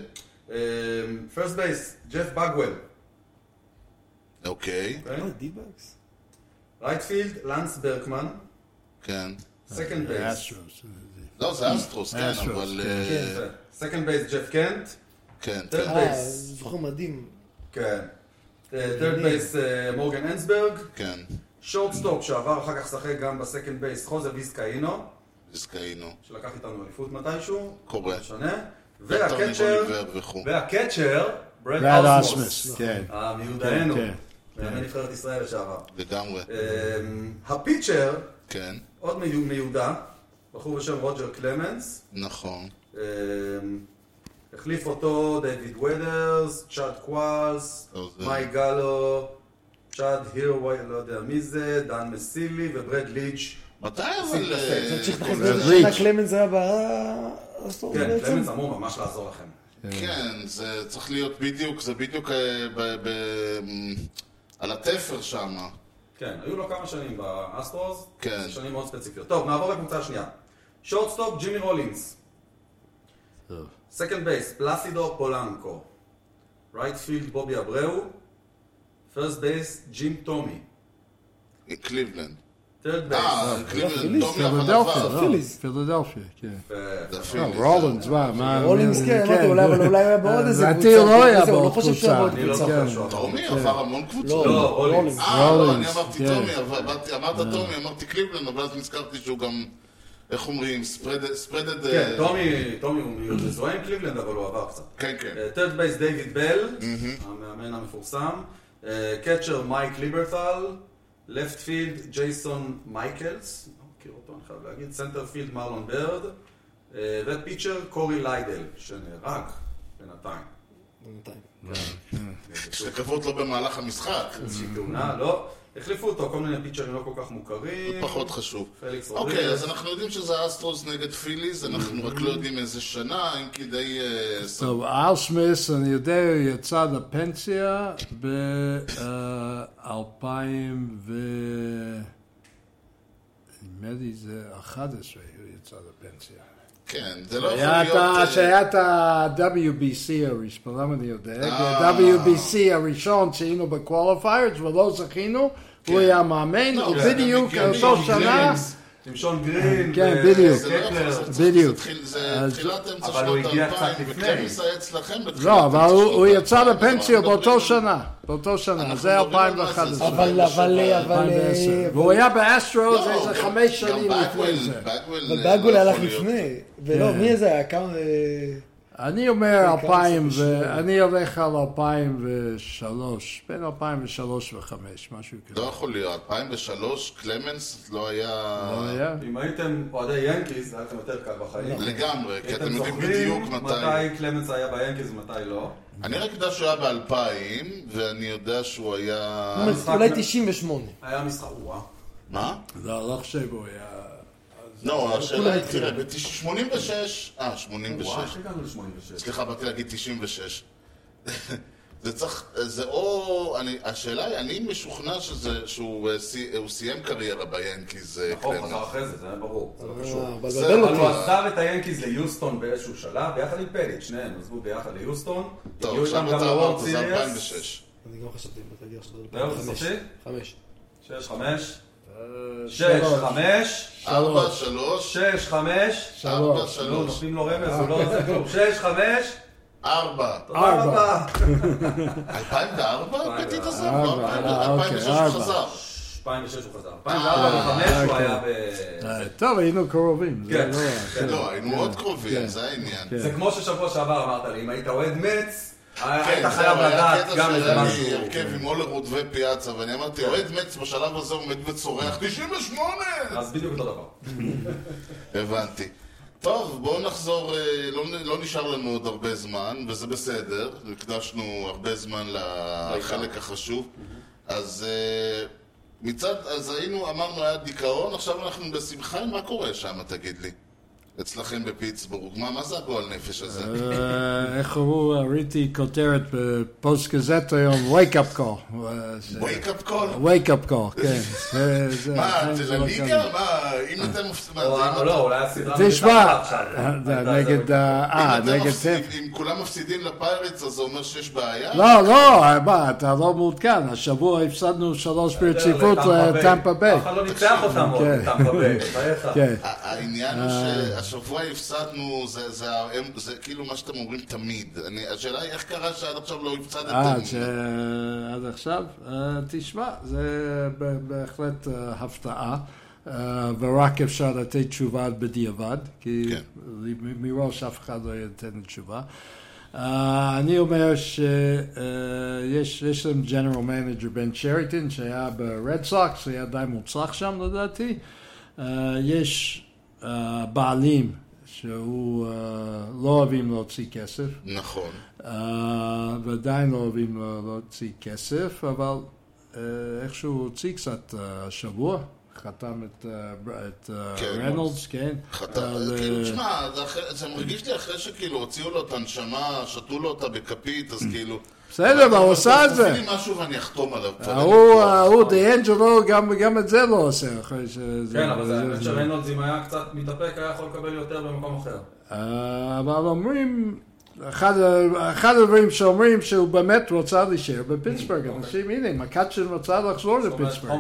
פרסט בייס, ג'ף בגוול. אוקיי. די-בקס? רייטפילד, לנס ברקמן. כן. סקנד בייס. לא, זה אסטרוס, כן, אבל... סקנד בייס, ג'ף קנט. כן. טרד בייס. זוכר מדהים. כן. טרד בייס, מורגן אנסברג. כן. שורטסטופ, שעבר אחר כך שחק גם בסקנד בייס, חוזה ויסקאינו. ויסקאינו. שלקח איתנו אליפות מתישהו. קורה. משנה. והקצ'ר, והקצ'ר, ברד אוסמוס. כן. המיודענו. מאמן נבחרת ישראל לשעבר. לגמרי. הפיצ'ר, כן. עוד מיודע, בחור בשם רוג'ר קלמנס. נכון. החליף אותו דיוויד ווידרס, צ'אד קוואלס, מייק גלו, צ'אד הירווי, לא יודע מי זה, דן מסילי וברד ליץ'. מתי אבל... זה צריך לחזור לשנה קלמנס היה באסטרוס כן, בעצם? קלמנס אמור ממש לעזור לכם. כן, זה צריך להיות בדיוק, זה בדיוק על התפר שם. כן, היו לו כמה שנים באסטרוס, כן. שנים מאוד ספציפיות. טוב, נעבור לקבוצה השנייה. שורטסטופ, ג'ימי רולינס. סקנד בייס, פלסידו פולנקו. רייטפילד, בובי אבראו. פרסט בייס, ג'ים טומי. קליבלנד. טרד בייס. אה, קליבלנד, טומי פילדלפיה, פיליז. פילדלפיה, כן. זה פילדלפיה. רולינס, מה? רולינס, כן, אמרתי, אולי אבל היה בעוד איזה קבוצה. לדעתי לא היה הוא לא בעוד חושב קבוצה. שהיה בעוד אני לא קבוצה. זוכר שהוא עבר. טומי עבר המון קבוצות. לא, רולינס. אה, לא, אני רולינס, אמרתי כן. טומי, אמרת טומי, אמרתי קליבלנד, אבל אז נזכרתי שהוא גם, איך אומרים, ספרדד... כן, טומי, טומי הוא מזוהה עם קליבלנד, אבל הוא עבר קצת. כן, כן. טרד בייס, דיוויד בל, המאמן המפורסם. קצ'ר, מייק ליברטל. לפט פילד, ג'ייסון מייקלס. לא מכיר אותו, אני חייב להגיד. סנטר פילד, מרלון ברד. ופיצ'ר, קורי ליידל, שנהרג בינתיים. בינתיים. שכבות לו במהלך המשחק. איזושהי תאונה, לא. החליפו אותו, כל מיני פיצ'רים לא כל כך מוכרים. פחות חשוב. פליקס אוקיי, רודריגז. אז אנחנו יודעים שזה אסטרוס נגד פיליז, אנחנו רק לא יודעים איזה שנה, אם כדי... טוב, אל סמית' אני יודע, הוא יצא לפנסיה ב-אלפיים ו... נדמה לי זה אחת עשרה הוא יצא לפנסיה. כן, זה לא יכול להיות... שהיה את ה-דאבליו בי סי הראשון, למה אני יודע? ה-דאבליו בי סי הראשון שהיינו בקואליפיירס ולא זכינו, הוא היה מאמן, ובדיוק אותו שנה... עם שון גרין, כן, בדיוק, בדיוק. זה תחילת אמצע אבל הוא שנות הגיע קצת אלפיים, לפני. וקלמיס היה אצלכם בתחילת לא, אבל אמצע הוא שנות הוא יצא אלפיים. לפנסיה אנחנו באותו מדברים- שנה, באותו שנה, אנחנו זה מדברים על אלפיים ואחת עשרה. מה זה, אבל, אבל, אבל... אלפיים ועשר. והוא היה באסטרוס איזה חמש גם שנים באגוול, לפני זה. באגוול, אבל אה, באגול לא הלך יכול להיות. לפני. ולא, כן. מי זה היה? כמה... אני אומר אלפיים, עשרה ושמונה. אני הולך על אלפיים ושלוש, בין אלפיים ושלוש וחמש, משהו לא כזה. יכול להיות, אלפיים ושלוש קלמנס לא היה... לא היה? אם הייתם אוהדי ינקיז, זה היה לכם יותר קל בחיים. לגמרי, כי אתם הייתם יודעים בדיוק זוכרים מתי... מתי קלמנס היה ביאנקיז ומתי לא. אני רק יודע שהוא היה באלפיים, ואני יודע שהוא היה... אולי תשעים ושמונה. היה משחק, וואה. מה? לא, לא חושב הוא היה... לא, השאלה היא, תראה, ב-שמונים ושש... אה, שמונים וואו, ושש. איך הגענו ל-שמונים ושש? סליחה, באתי להגיד תשעים ושש. זה צריך, זה או, אני, השאלה היא, אני משוכנע שזה, שהוא אה, סי- הוא סיים קריירה ביאנקיז, אה, נכון, קלמנס. חזר אחרי זה, זה היה ברור, זה לא אה, קשור. אבל זה- בלבל אבל הוא אותי. עזב את היאנקיז ליוסטון באיזשהו שלב, ביחד עם פליץ', שניהם עזבו ביחד ליוסטון. טוב, הגיעו עכשיו איתם גם אתה לוורד אמרת, זה אלפיים סיריאס. ושש. אני גם חשבתי, תגיע עכשיו זהו, חמש. זה סופי? חמש. שש, חמש. שש, שלוש. חמש. ארבע, שלוש, שש, חמש. ארבע, שלוש. לא, שלוש, נותנים לו רמז, הוא לא עושה כלום. שש, חמש. ארבע. תודה ארבע. רבה. אלפיים וארבע? הפטית הזה? ארבע, אה, אלפיים ושש אוקיי, הוא ארבע. חזר. אלפיים ושש הוא חזר. אלפיים וארבע וחמש הוא אוקיי. היה ב... אה, טוב, היינו קרובים. זה כן. לא- כן. לא, היינו מאוד קרובים, כן. זה העניין. כן. זה כמו ששבוע שעבר אמרת לי, אם היית אוהד מצ, כן, היית זהו, חייב היה לדעת קטע גם איזה שהיה משהו. לי הרכב עם אולרווד ופיאצה, ואני אמרתי, אוהד מצ בשלב הזה עומד וצורח, תשעים ושמונה! אז בדיוק אותו דבר. הבנתי. טוב, בואו נחזור, אה, לא, לא נשאר לנו עוד הרבה זמן, וזה בסדר, הקדשנו הרבה זמן לחלק החשוב. אז אה, מצד, אז היינו, אמרנו, היה דיכאון, עכשיו אנחנו בשמחה, מה קורה שם, תגיד לי? אצלכם בפיטסבורג. מה, מה זה הגועל נפש הזה? איך הוא, ראיתי כותרת בפוסט גזט היום, wake up call. wake up call? wake up call, כן. מה, זה לליגה? מה, אם אתם מפסידים... לא, אולי הסדרה... תשמע, נגד... אה, נגד... אם כולם מפסידים לפיירטס, אז זה אומר שיש בעיה? לא, לא, מה, אתה לא מעודכן. השבוע הפסדנו שלוש ברציפות לטמפה ביי. אף אחד לא ניצח אותם עוד, לטמפה ביי. העניין הוא שהשבוע הפסדנו, זה כאילו מה שאתם אומרים תמיד. השאלה היא איך קרה שעד עכשיו לא הפסדתם? עד עכשיו? תשמע, זה בהחלט הפתעה. ורק אפשר לתת תשובה בדיעבד, כי מראש אף אחד לא ייתן תשובה. אני אומר שיש להם ג'נרל מנג'ר בן שריטון שהיה ברד סוקס, היה די מוצלח שם לדעתי. יש בעלים שהוא לא אוהבים להוציא כסף. נכון. ועדיין לא אוהבים להוציא כסף, אבל איכשהו הוציא קצת שבוע. חתם את רנולדס, כן. חתם, כאילו, תשמע, זה מרגיש לי אחרי שכאילו הוציאו לו את הנשמה, שתו לו אותה בכפית, אז כאילו... בסדר, אבל הוא עושה את זה. תפי לי משהו ואני אחתום עליו. הוא, דיאנג'לו, גם את זה לא עושה. כן, אבל זה האמת שרנולדס, אם היה קצת מתאפק, היה יכול לקבל יותר במקום אחר. אבל אומרים... אחד הדברים שאומרים שהוא באמת רוצה להישאר בפיטסבורג. אנשים, הנה, מקאצ'ן רוצה לחזור לפיטסבורג.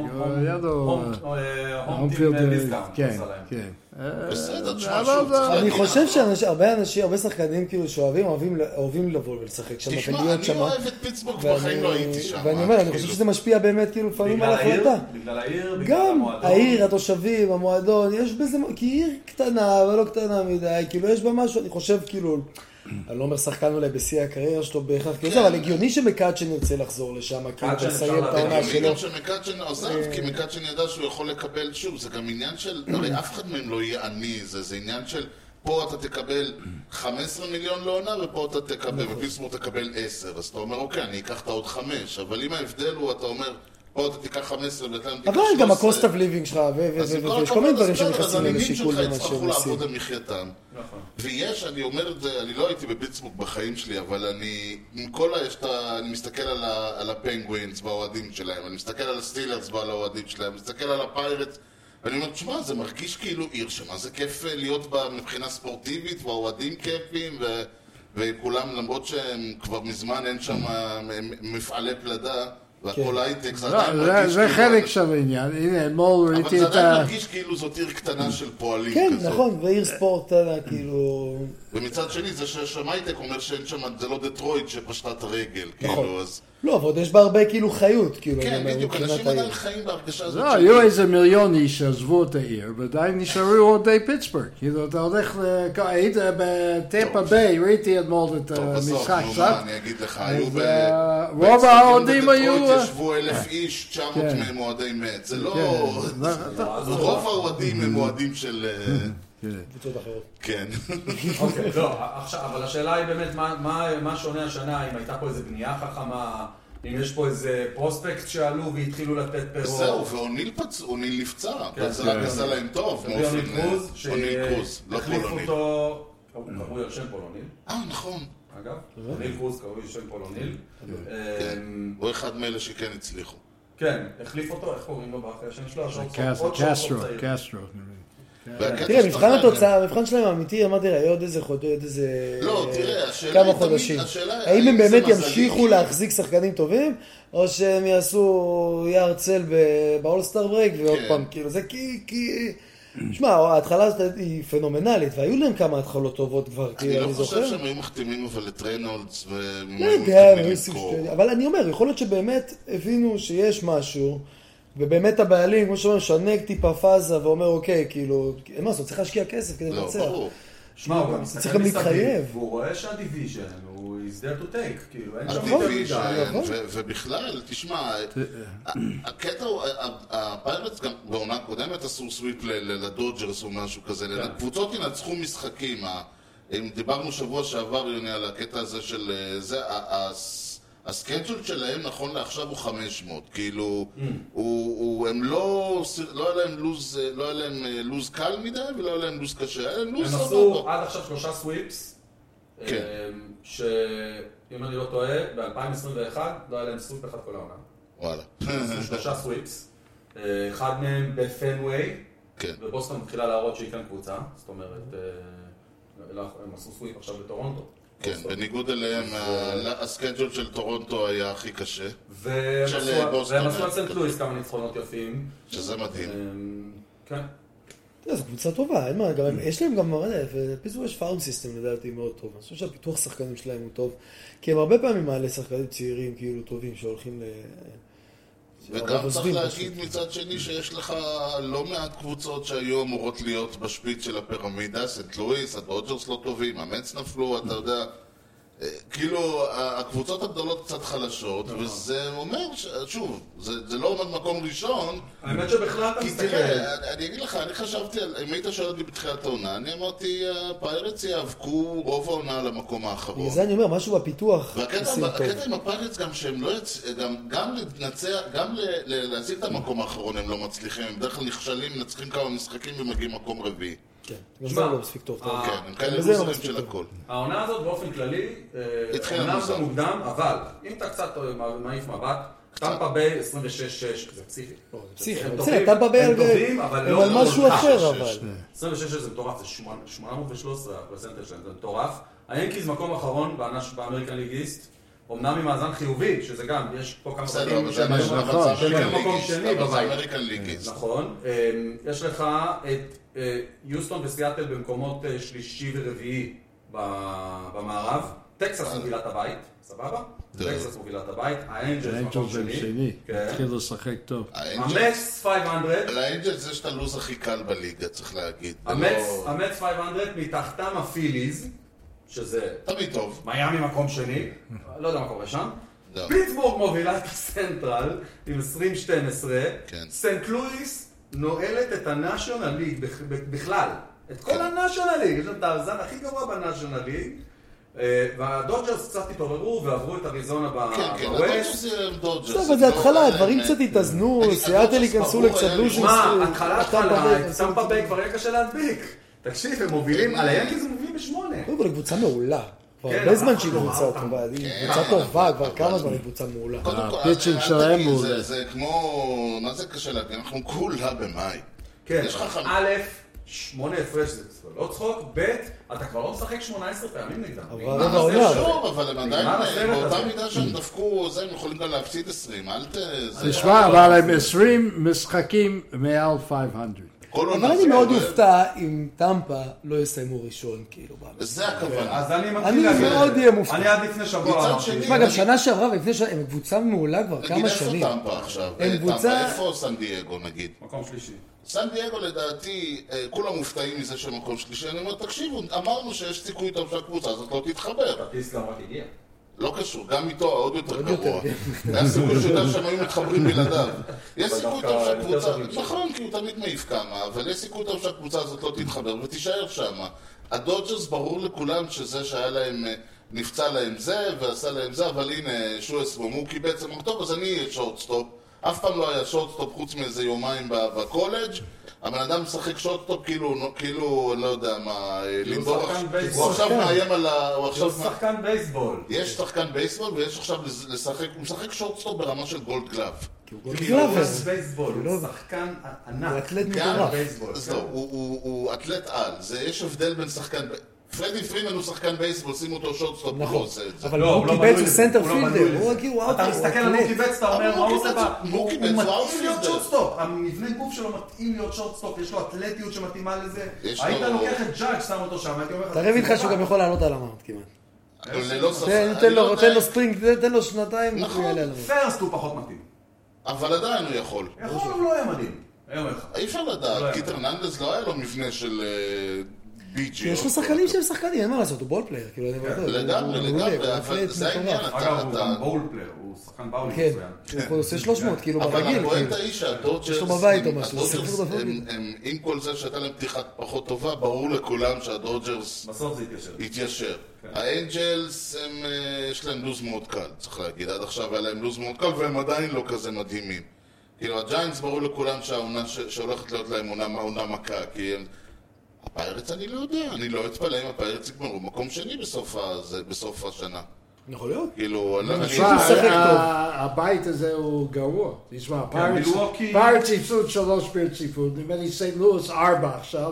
הום טים דיסקאונט. כן, כן. בסדר, תשמע שוב. אני חושב שהרבה אנשים, הרבה שחקנים כאילו שאוהבים, אוהבים לבוא ולשחק שם. תשמע, אני אוהב את פיטסבורג, בחיים לא הייתי שם. ואני אומר, אני חושב שזה משפיע באמת כאילו לפעמים על החלטה. בגלל העיר, בגלל גם המועדון. העיר, התושבים, המועדון, יש בזה, כי עיר קטנה, אבל לא קטנה מדי, כאילו יש בה משהו, אני חושב כאילו... אני לא אומר שחקן אולי בשיא הקריירה שלו בהכרח כזה, אבל הגיוני שמקאצ'ן ירצה לחזור לשם, כאילו לסיים את העונה שלו. הגיוני גם שמקאצ'ן עוזב, כי מקאצ'ן ידע שהוא יכול לקבל שוב, זה גם עניין של, הרי אף אחד מהם לא יהיה עני, זה עניין של, פה אתה תקבל חמישה עשר מיליון לעונה, ופה אתה תקבל, ופיטסבורג תקבל עשר, אז אתה אומר, אוקיי, אני אקח את עוד חמש, אבל אם ההבדל הוא, אתה אומר, פה אתה תיקח חמש עשרה ואתה תיקח שלוש עשרה. אבל גם הקוסט אוף ליבינג שלך, ויש כל מיני דברים שנכנסים לשיקול למה שהם עושים. ויש, אני אומר את זה, אני לא הייתי בפיטסבורג בחיים שלי, אבל אני, עם כל ה... אני מסתכל על הפנגווינס והאוהדים שלהם, אני מסתכל על הסטילרס ועל האוהדים שלהם, אני מסתכל על הפיירטס, ואני אומר, תשמע, זה מרגיש כאילו עיר שמה, זה כיף להיות בה מבחינה ספורטיבית, והאוהדים כיפים, וכולם, למרות שהם כבר מזמן אין שם מפעלי פלדה, והכל הייטק, זה עדיין מרגיש כאילו... זה חלק של העניין, הנה, אתמול ראיתי את ה... אבל זה עדיין מרגיש כאילו זאת עיר קטנה של פועלים כזה. כן, נכון, ועיר ספורט קטנה, כאילו... ומצד שני, זה ששם הייטק אומר שאין שם, זה לא דטרויט שפשטה את הרגל, כאילו, אז... לא, אבל יש בה הרבה כאילו חיות, כאילו... כן, בדיוק, אנשים עדיין חיים בהרגשה הזאת של... לא, היו איזה מיליון איש שעזבו את העיר, ועדיין נשארו אוהדי פיטסבורג. כאילו, אתה הולך ל... היית בטמפה ביי, ראיתי אתמול את המשחק. טוב, בסוף, נו, מה, אני אגיד לך, היו ב... רוב האוהדים היו... בדטרויט ישבו אלף איש, תשע מאות מהם אוהדי מת. זה לא... רוב האוהדים הם אוהדים של... קבוצות אחרות. כן. אוקיי, לא, אבל השאלה היא באמת, מה שונה השנה, אם הייתה פה איזה בנייה חכמה, אם יש פה איזה פרוספקט שעלו והתחילו לתת פירות. זהו, ואוניל פצע, אוניל נפצע, זה רק עשה להם טוב. אוניל קרוז, אוניל קרוז, לא פול אוניל. קראו על שם פול אוניל. אה, נכון. אגב, אוניל קרוז קראו על שם פול אוניל. הוא אחד מאלה שכן הצליחו. כן, החליף אותו, איך קוראים לו באחרי השם שלו? קסטרו, קסטרו. תראה, מבחן התוצאה, המבחן שלהם האמיתי, אמרתי, ראה עוד איזה חודש, עוד איזה... לא, תראה, השאלה היא תמיד, האם הם באמת ימשיכו להחזיק שחקנים טובים, או שהם יעשו יער צל באולסטאר ברייק, ועוד פעם, כאילו, זה כי... תשמע, ההתחלה הזאת היא פנומנלית, והיו להם כמה התחלות טובות כבר, אני לא חושב שהם היו מחתימים אבל את ריינולדס, אבל אני אומר, יכול להיות שבאמת הבינו שיש משהו, ובאמת הבעלים, כמו שאומרים, שנק טיפה פאזה ואומר, אוקיי, כאילו, אין מה, זאת צריך להשקיע כסף כדי לנצח. לא, ברור. שמע, הוא גם מסתכל מסביב, והוא רואה שהדיוויז'ן, הוא is there to take, כאילו, אין שם הדיוויז'ן, ובכלל, תשמע, הקטע הוא, הפיירטס גם בעונה קודמת עשו סוויפ לדודג'רס או משהו כזה, קבוצות ינצחו משחקים, דיברנו שבוע שעבר, יוני, על הקטע הזה של זה, הסקייג'ול שלהם נכון לעכשיו הוא חמש מאות, כאילו, הם לא היה להם לוז, לא היה להם לוז קל מדי ולא היה להם לוז קשה, היה להם לוז סבבה. הם עשו עד עכשיו שלושה סוויפס, שאם אני לא טועה, ב-אלפיים עשרים ואחת לא היה להם סוויפ אחד כל העונה. וואלה. שלושה סוויפס, אחד מהם בפנוויי, ובוסטון מתחילה להראות שהיא כאן קבוצה, זאת אומרת, הם עשו סוויפ עכשיו בטורונטו. כן, בניגוד אליהם, הסקייג'ול של טורונטו היה הכי קשה. והם עשו את סנט לואיס כמה ניצחונות יפים. שזה מדהים. כן. זו קבוצה טובה, אין מה, יש להם גם, פיצור יש פארם סיסטם לדעתי מאוד טוב. אני חושב שהפיתוח שחקנים שלהם הוא טוב, כי הם הרבה פעמים מעלה שחקנים צעירים כאילו טובים שהולכים ל... וגם צריך להגיד מצד שני שיש לך לא מעט קבוצות שהיו אמורות להיות בשפיץ של הפירמידה, סנט לואיס, הדודג'רס לא טובים, המץ נפלו, אתה יודע, כאילו הקבוצות הגדולות קצת חלשות, וזה אומר, שוב, זה לא עומד מקום ראשון. האמת שבכלל אתה מסתכל. תראה, אני אגיד לך, אני חשבתי, אם היית שואל אותי בתחילת העונה, אני אמרתי, הפיירטס יאבקו רוב העונה על המקום האחרון. זה אני אומר, משהו בפיתוח. והקטע עם הפיירטס גם שהם לא יצ... גם לנצח, גם להשיג את המקום האחרון הם לא מצליחים, הם בדרך כלל נכשלים, מנצחים כמה משחקים ומגיעים מקום רביעי. כן, גם זה לא מספיק טוב. כן, הם כאלה לוזרים של הכל. העונה הזאת באופן כללי, העונה הזאת מוקדם, אבל אם אתה קצת מעיף מבט, טמפה ביי עשרים ושש שש, זה פסיכי. פסיכי, טמפה ביי הם טובים, אבל לא... על משהו אחר, אבל. עשרים ושש שש זה מטורף, זה שמונה מאות ושלוש עשרה, הפרסנטר שלהם, זה מטורף. היאנקיז מקום אחרון באמריקן ליג איסט, אמנם עם מאזן חיובי, שזה גם, יש פה כמה בתים שהם מקום שני בבית. אמריקן ליג איסט. נכון. יש לך את יוסטון וסיאטל במקומות שלישי ורביעי במערב. טקסס מובילה את הבית, סבבה? טקסס מובילה את הבית. האנג'לס מקום שני. התחיל לשחק טוב. המץ חמש מאות. לאנג'לס זה שאתה לוז הכי קל בליגה, צריך להגיד. המץ חמש מאות מתחתם הפיליז. שזה... תמיד טוב. מיאמי מקום שני, לא יודע מה קורה שם. פיטסבורג מובילה את הסנטרל עם עשרים שתים עשרה. סנט לואיס נועלת את הנאשונל ליג בכלל. את כל הנאשונל ליג. יש להם את האזן הכי גרוע בנאשונל ליג. והדודג'רס קצת התעוררו ועברו את אריזונה בווסט. כן, כן, הדודג'רס זה דודג'רס. טוב, אבל זה התחלה, הדברים קצת התאזנו, סיאטל ייכנסו לקצת לוז'ינס. מה, התחלה התחלה, טמפה ביי כבר יהיה קשה להדביק. תקשיב, הם מובילים, על היאנקיז הם מובילים בשמונה. קודם כל, קבוצה מעולה. כבר הרבה זמן שהיא קבוצה טובה. היא קבוצה טובה, כבר כמה זמן היא קבוצה מעולה. הפיצ'ינג שלהם מעולה. זה כמו, מה זה קשה להגיד? אנחנו כולה במאי. כן, א', שמונה הפרש זה לא צחוק, ב', אתה כבר לא משחק שמונה עשרה פעמים נגדם. אבל הם עדיין, באותה מידה שהם דפקו, הם יכולים גם להפסיד עשרים, אל ת... תשמע, אבל הם עשרים משחקים מעל חמש מאות. אבל אני מאוד אופתע אם טמפה לא יסיימו ראשון, כאילו. זה הכוונה. אז אני מתחיל להגיד. אני מאוד אהיה מופתע. אני עד לפני שבוע. תשמע, גם שנה שעברה ולפני שנה, הם קבוצה מעולה כבר כמה שנים. נגיד איפה טמפה עכשיו? טמפה, איפה סן דייגו נגיד? מקום שלישי. סן דייגו לדעתי, כולם מופתעים מזה של מקום שלישי. אני אומר, תקשיבו, אמרנו שיש סיכוי טוב שהקבוצה הזאת לא תתחבר. טטיס גם רק הגיע. לא קשור, גם איתו עוד יותר גרוע. היה סיכוי שיותר שהם היו מתחברים בלעדיו. יש סיכוי טוב שהקבוצה, נכון, כי הוא תמיד מעיף כמה, אבל יש סיכוי טוב שהקבוצה הזאת לא תתחבר ותישאר שם. הדודג'רס ברור לכולם שזה שהיה להם, נפצע להם זה ועשה להם זה, אבל הנה שואס ומוקי בעצם טוב, אז אני אהיה שורטסטופ. אף פעם לא היה שורטסטופ חוץ מאיזה יומיים בקולג'. הבן אדם משחק שורטסטופ כאילו, לא יודע מה, לנבור, הוא עכשיו מאיים על ה... הוא שחקן בייסבול. יש שחקן בייסבול ויש עכשיו לשחק, הוא משחק שורטסטופ ברמה של גולד גלאב. גולד גלאב. הוא בייסבול, הוא שחקן ענק. הוא אתלט מטורף. הוא אתלט על, יש הבדל בין שחקן... פרדי פרימן הוא שחקן בייסבול, שימו אותו שורטסטופ, הוא לא עושה את זה. אבל מוקי בץ הוא סנטר פילדר, אתה מסתכל על מוקי בץ, אתה אומר, מה הוא עושה בה? מוקי בץ הוא מתאים להיות שורטסטופ, המבנה גוף שלו מתאים להיות שורטסטופ, יש לו אתלטיות שמתאימה לזה. היית לוקח את ג'אג' שם אותו שם, הייתי אומר... תראה איתך שהוא גם יכול לעלות על המאונט כמעט. ללא ספק. תן לו ספרינג, תן לו שנתיים. נכון, פרסט הוא פחות מתאים. אבל עדיין הוא יכול. יכול, הוא לא היה מדהים. אי אפשר לדעת, קיטר ננדס לא היה לו מבנה של... ביג'י. יש לך שחקנים שהם שחקנים, אין מה לעשות, הוא בול פלייר. לגמרי, לגמרי, אבל זה העניין. אגב, הוא גם בול פלייר, הוא שחקן באולינג מצוין. הוא עושה שלוש מאות, כאילו ברגיל. אבל הפואנט האיש שהדודג'רס, עם כל זה שהייתה להם פתיחת פחות טובה, ברור לכולם שהדודג'רס בסוף זה יתיישר. האנג'לס, יש להם לוז מאוד קל, צריך להגיד. עד עכשיו היה להם לוז מאוד קל, והם עדיין לא כזה מדהימים. כאילו, הג'יינטס ברור לכולם שהולכת להיות להם עונה מכה, כי הפיירטס אני לא יודע, אני לא אתפלא אם הפיירטס יגמרו מקום שני בסוף השנה. יכול להיות. כאילו, הבית הזה הוא גרוע. תשמע, פיירטס יפסוד שלוש ברציפות, נדמה לי סנט לואיס ארבע עכשיו,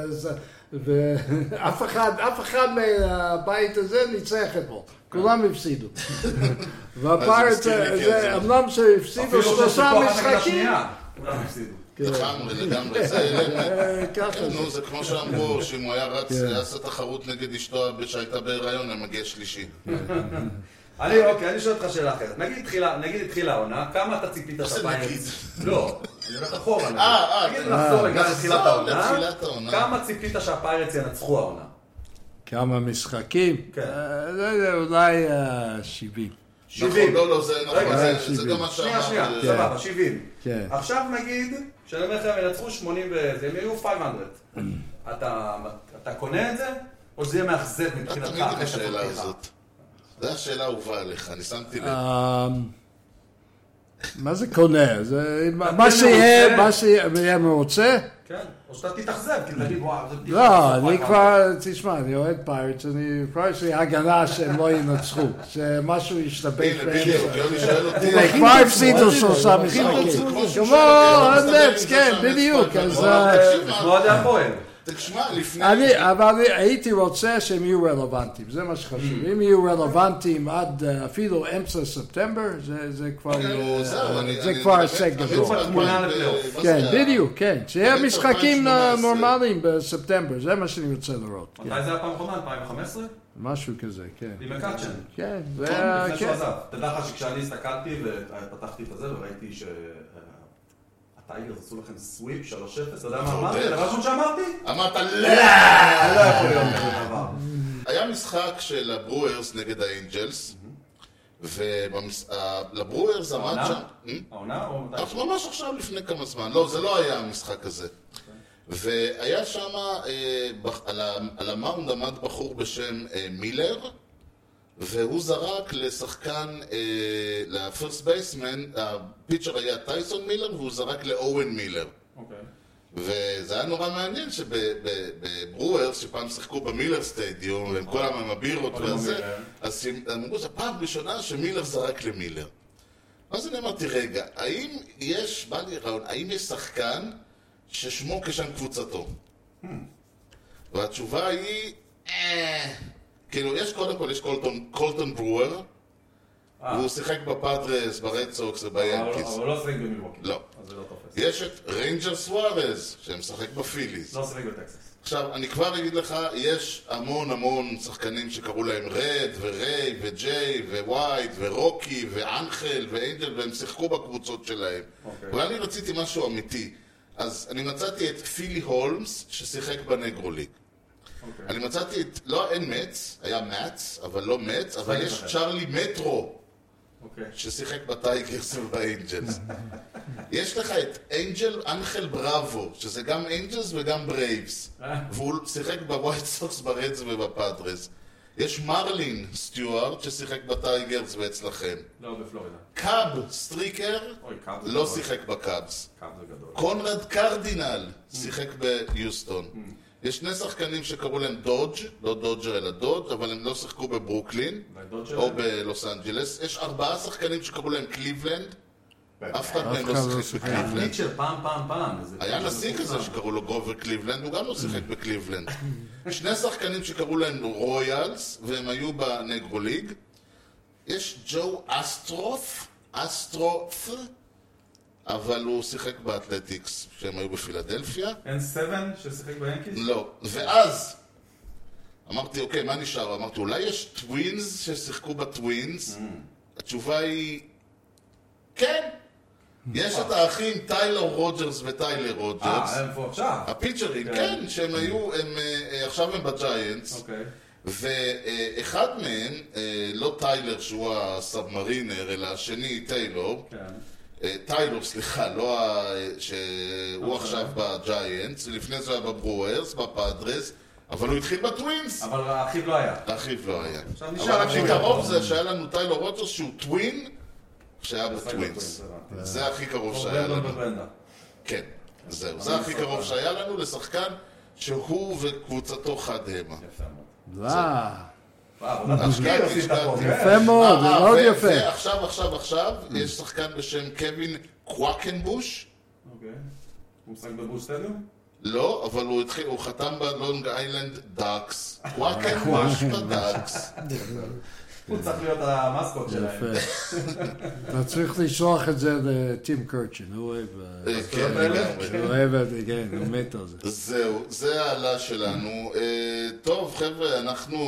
ואף אחד מהבית הזה ניצח אתמול. כולם הפסידו. והפיירטס, אמנם שהפסידו שלושה משחקים. כולם הפסידו. לגמרי, לגמרי, זה כמו שאמרו, שאם הוא היה רץ, יעשה תחרות נגד אשתו שהייתה בהיריון, הם מגיע שלישי. אני, אוקיי, אני שואל אותך שאלה אחרת. נגיד התחילה העונה, כמה אתה ציפית את הפיירטס? לא, אני הולך אחורה. נגיד נחזור רגע לתחילת העונה, כמה ציפית שהפיירטס ינצחו העונה? כמה משחקים? כן. אולי שבעים. שבעים. לא, לא, זה נכון, זה גם מה שנייה, שנייה, סבבה, שבעים. עכשיו נגיד, שאני אומר לכם, ינצחו שמונים וזה, הם יהיו חמש מאות. אתה קונה את זה? או שזה יהיה מאכזב מבחינתך? אתה תמיד עם השאלה הזאת. זו השאלה האהובה עליך, אני שמתי לב. מה זה קונה? מה שיהיה, מה שיהיה מרוצה? כן, או שאתה תתאכזב, כי תגיד, וואו, זה בדיוק. לא, אני כבר, תשמע, אני אוהד פיירטס, אני כבר יש לי הגנה שהם לא ינצחו, שמשהו ישתבק בהם. כבר הפסידו שלושה משחקים. כמו הנץ, כן, בדיוק. כמו עד הפועל. תשמע, לפני... אבל הייתי רוצה שהם יהיו רלוונטיים, זה מה שחשוב. אם יהיו רלוונטיים עד אפילו אמצע ספטמבר, זה כבר הישג גדול. כן, בדיוק, כן. שיהיה משחקים נורמליים בספטמבר, זה מה שאני רוצה לראות. מתי זה הפעם האחרונה? אלפיים וחמש עשרה? משהו כזה, כן. עם מקאצ'ן. כן. לפני שהוא עזב. תדע לך שכשאני הסתכלתי ופתחתי את זה וראיתי ש... הטייגרס עשו לכם סוויפ שלוש אפס, אתה יודע מה אמרתי? דבר ראשון שאמרתי? אמרת לא! לא יכול להיות דבר. היה משחק של הברוארס נגד האנג'לס, ולברוארס עמד שם... העונה או מתי? ממש עכשיו לפני כמה זמן. לא, זה לא היה המשחק הזה. והיה שם, על המאונד עמד בחור בשם מילר, והוא זרק לשחקן, לפרסט בייסמן, הפיצ'ר היה טייסון מילר, והוא זרק לאוון מילר. אוקיי. וזה היה נורא מעניין שבברוארס, שפעם שיחקו במילר סטדיום, והם כל עם הבירות וזה, אז אמרו, זו פעם ראשונה שמילר זרק למילר. אז אני אמרתי, רגע, האם יש, בא לי רעיון, האם יש שחקן ששמו כשם קבוצתו? והתשובה היא, אה... כאילו, יש קודם כל, יש קולטון ברואר, והוא שיחק בפאדרס, ברד סוקס וביאנקיס. אבל לא שיחק במילווקי. לא. אז זה לא תופס. יש את ריינג'ר סוארז, שמשחק בפיליז. לא שיחק בטקסס. עכשיו, אני כבר אגיד לך, יש המון המון שחקנים שקראו להם רד, וריי, וג'יי, ווייט, ורוקי, ואנחל, ואנג'ל, והם שיחקו בקבוצות שלהם. ואני רציתי משהו אמיתי. אז אני מצאתי את פילי הולמס, ששיחק בנגרוליג. Okay. אני מצאתי את, לא אין מצ, היה מצ, אבל לא מצ, אבל יש צ'רלי מטרו, okay. ששיחק בטייגרס ובאנג'לס. יש לך את אנג'ל אנחל בראבו, שזה גם אנג'לס וגם ברייבס, והוא שיחק בווייט סוקס, ברדס ובפאדרס. יש מרלין סטיוארט ששיחק בטייגרס ואצלכם. לא, בפלורידה. קאב סטריקר, אוי, קאב לא שיחק בקאבס. קאב זה גדול. קונרד קרדינל שיחק ביוסטון. יש שני שחקנים שקראו להם דודג', לא דודג'ר אלא דודג', אבל הם לא שיחקו בברוקלין או בלוס אנג'לס. יש ארבעה שחקנים שקראו להם קליבלנד, אף אחד מהם לא שיחק בקליבלנד. היה ניטשר פעם פעם פעם. היה נשיא כזה שקראו לו גרובר קליבלנד, הוא גם לא שיחק בקליבלנד. שני שחקנים שקראו להם רויאלס, והם היו בנגרוליג. יש ג'ו אסטרוף, אסטרוף, אבל הוא שיחק באתלטיקס, שהם היו בפילדלפיה. אין סבן ששיחק ביאנקיס? לא. ואז אמרתי, אוקיי, מה נשאר? אמרתי, אולי יש טווינס ששיחקו בטווינס? התשובה היא, כן. יש את האחים טיילר רוג'רס וטיילר רוג'רס. אה, הם פה עכשיו. הפיצ'רים, כן, שהם היו, עכשיו הם בג'יינטס. אוקיי. ואחד מהם, לא טיילר שהוא הסאבמרינר, אלא השני טיילור. כן. טיילור, סליחה, לא שהוא עכשיו בג'יינטס, ולפני זה היה בברוארס, בפאדרס, אבל הוא התחיל בטווינס. אבל האחיו לא היה. האחיו לא היה. אבל הכי קרוב זה שהיה לנו טיילור רוג'רס שהוא טווין, שהיה בטווינס. זה הכי קרוב שהיה לנו. כן, זהו. זה הכי קרוב שהיה לנו לשחקן שהוא וקבוצתו חד המה. יפה מאוד. יפה מאוד, זה מאוד יפה. ועכשיו, עכשיו, עכשיו, יש שחקן בשם קווין קוואקנבוש. אוקיי. הוא משחק בבוש סטדיום? לא, אבל הוא התחיל, הוא חתם בלונג איילנד דאקס. קוואקנבוש בדאקס. הוא צריך להיות המסקוט שלהם. אתה צריך לשלוח את זה לטים קרצ'ן, הוא אוהב... הוא אוהב את זה, כן, הוא מת על זה. זהו, זה העלה שלנו. טוב, חבר'ה, אנחנו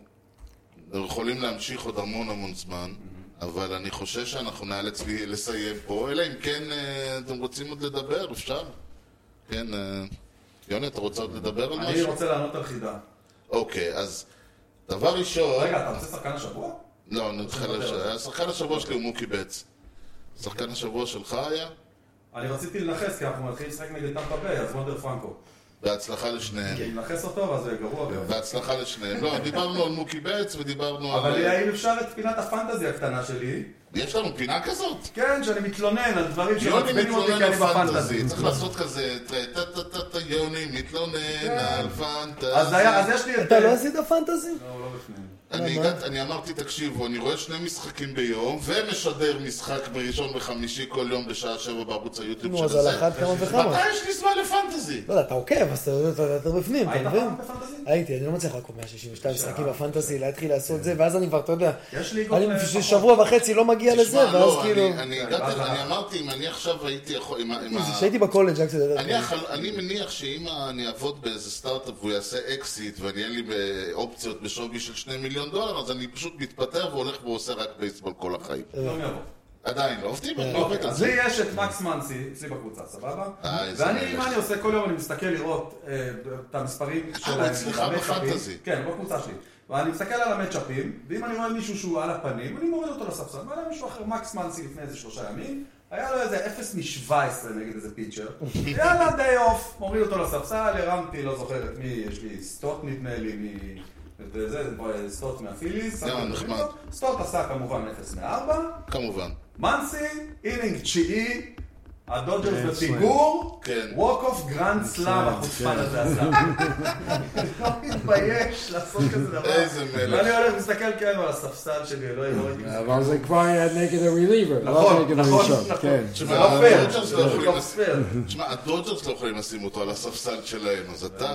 יכולים להמשיך עוד המון המון זמן, אבל אני חושב שאנחנו נאלץ לסיים פה, אלא אם כן אתם רוצים עוד לדבר, אפשר? כן, יוני, אתה רוצה עוד לדבר על משהו? אני רוצה לענות על חידה. אוקיי, אז... דבר ראשון... רגע, אתה רוצה שחקן השבוע? לא, שחקן השבוע שלי הוא מוקי בץ. שחקן השבוע שלך היה? אני רציתי לנחס, כי אנחנו מתחילים לשחק נגד טמפה ביי, אז וונדר פרנקו. בהצלחה לשניהם. כי לנחס אותו, אז זה גרוע. בהצלחה לשניהם. לא, דיברנו על מוקי בץ ודיברנו על... אבל האם אפשר את פינת הפנטזי הקטנה שלי? יש לנו פינה כזאת? כן, שאני מתלונן על דברים שמעצבנים אותי כי אני בפנטזי. צריך לעשות כזה, טה-טה-טה-טה, יוני מתלונן על פנטזי. אז יש לי את... אתה לא עשית פנטזי? לא, לא בפנים. אני אמרתי, תקשיבו, אני רואה שני משחקים ביום, ומשדר משחק בראשון וחמישי כל יום בשעה שבע בערוץ היוטיוב של זה. נו, אז על אחת כמה וכמה. מתי יש לי זמן לפנטזי? לא יודע, אתה עוקב, אז אתה בפנים, אתה מבין? היית בפנטזי? הייתי, אני לא מצליח לעקוב מאה שישים ושתיים משחקים בפנטזי, להתחיל לעשות זה, ואז אני כבר, אתה יודע, אני בשביל שבוע וחצי לא מגיע לזה, ואז כאילו... אני אמרתי, אם אני עכשיו הייתי יכול... שהייתי בקולג' אני מניח שאם אני אעבוד באיזה סטארט-אפ והוא יעשה אקסיט, ואני אין לי אופציות בשווי של שני מיליון דולר, אז אני פשוט מתפטר והולך ועושה רק בייסבול כל החיים. לא מעבור. עדיין לא עובדים, אני לא עובד על זה. לי יש את מקס מנסי, אצלי בקבוצה, סבבה? ואני, מה אני עושה כל יום, אני מסתכל לראות את המספרים שלהם. אה, אצלך בפנטזי. כן, בקבוצה שלי. ואני מסתכל על המצ'אפים, ואם אני רואה מישהו שהוא על הפנים, אני מוריד אותו לספסל. ועלה מישהו אחר, מקס מנסי לפני איזה שלושה ימים, היה לו איזה אפס משבע עשרה נגד איזה פיצ'ר. יאללה, די אוף, מוריד אותו לספסל, הרמתי, לא זוכרת מי, יש לי סטוט נדמה לי, מי... וזה, זה סטוט מהפיליס. נחמד. סטוט עשה כמובן אפס מארבע. כמובן. מנסי, אינינג תשיעי, הדודג'רס בפיגור, ווק אוף גרנד סלאם, החוצפן הזה עשה. לא מתבייש לעשות כזה דבר. איזה מלך. ואני הולך מסתכל כאילו על הספסל שלי, לא יבוא. אבל זה כבר היה נגד הרליבר, לא נגד הראשון. תשמע, הדודג'רס לא יכולים לשים... תשמע, הדודג'רס לא יכולים לשים אותו על הספסל שלהם, אז אתה...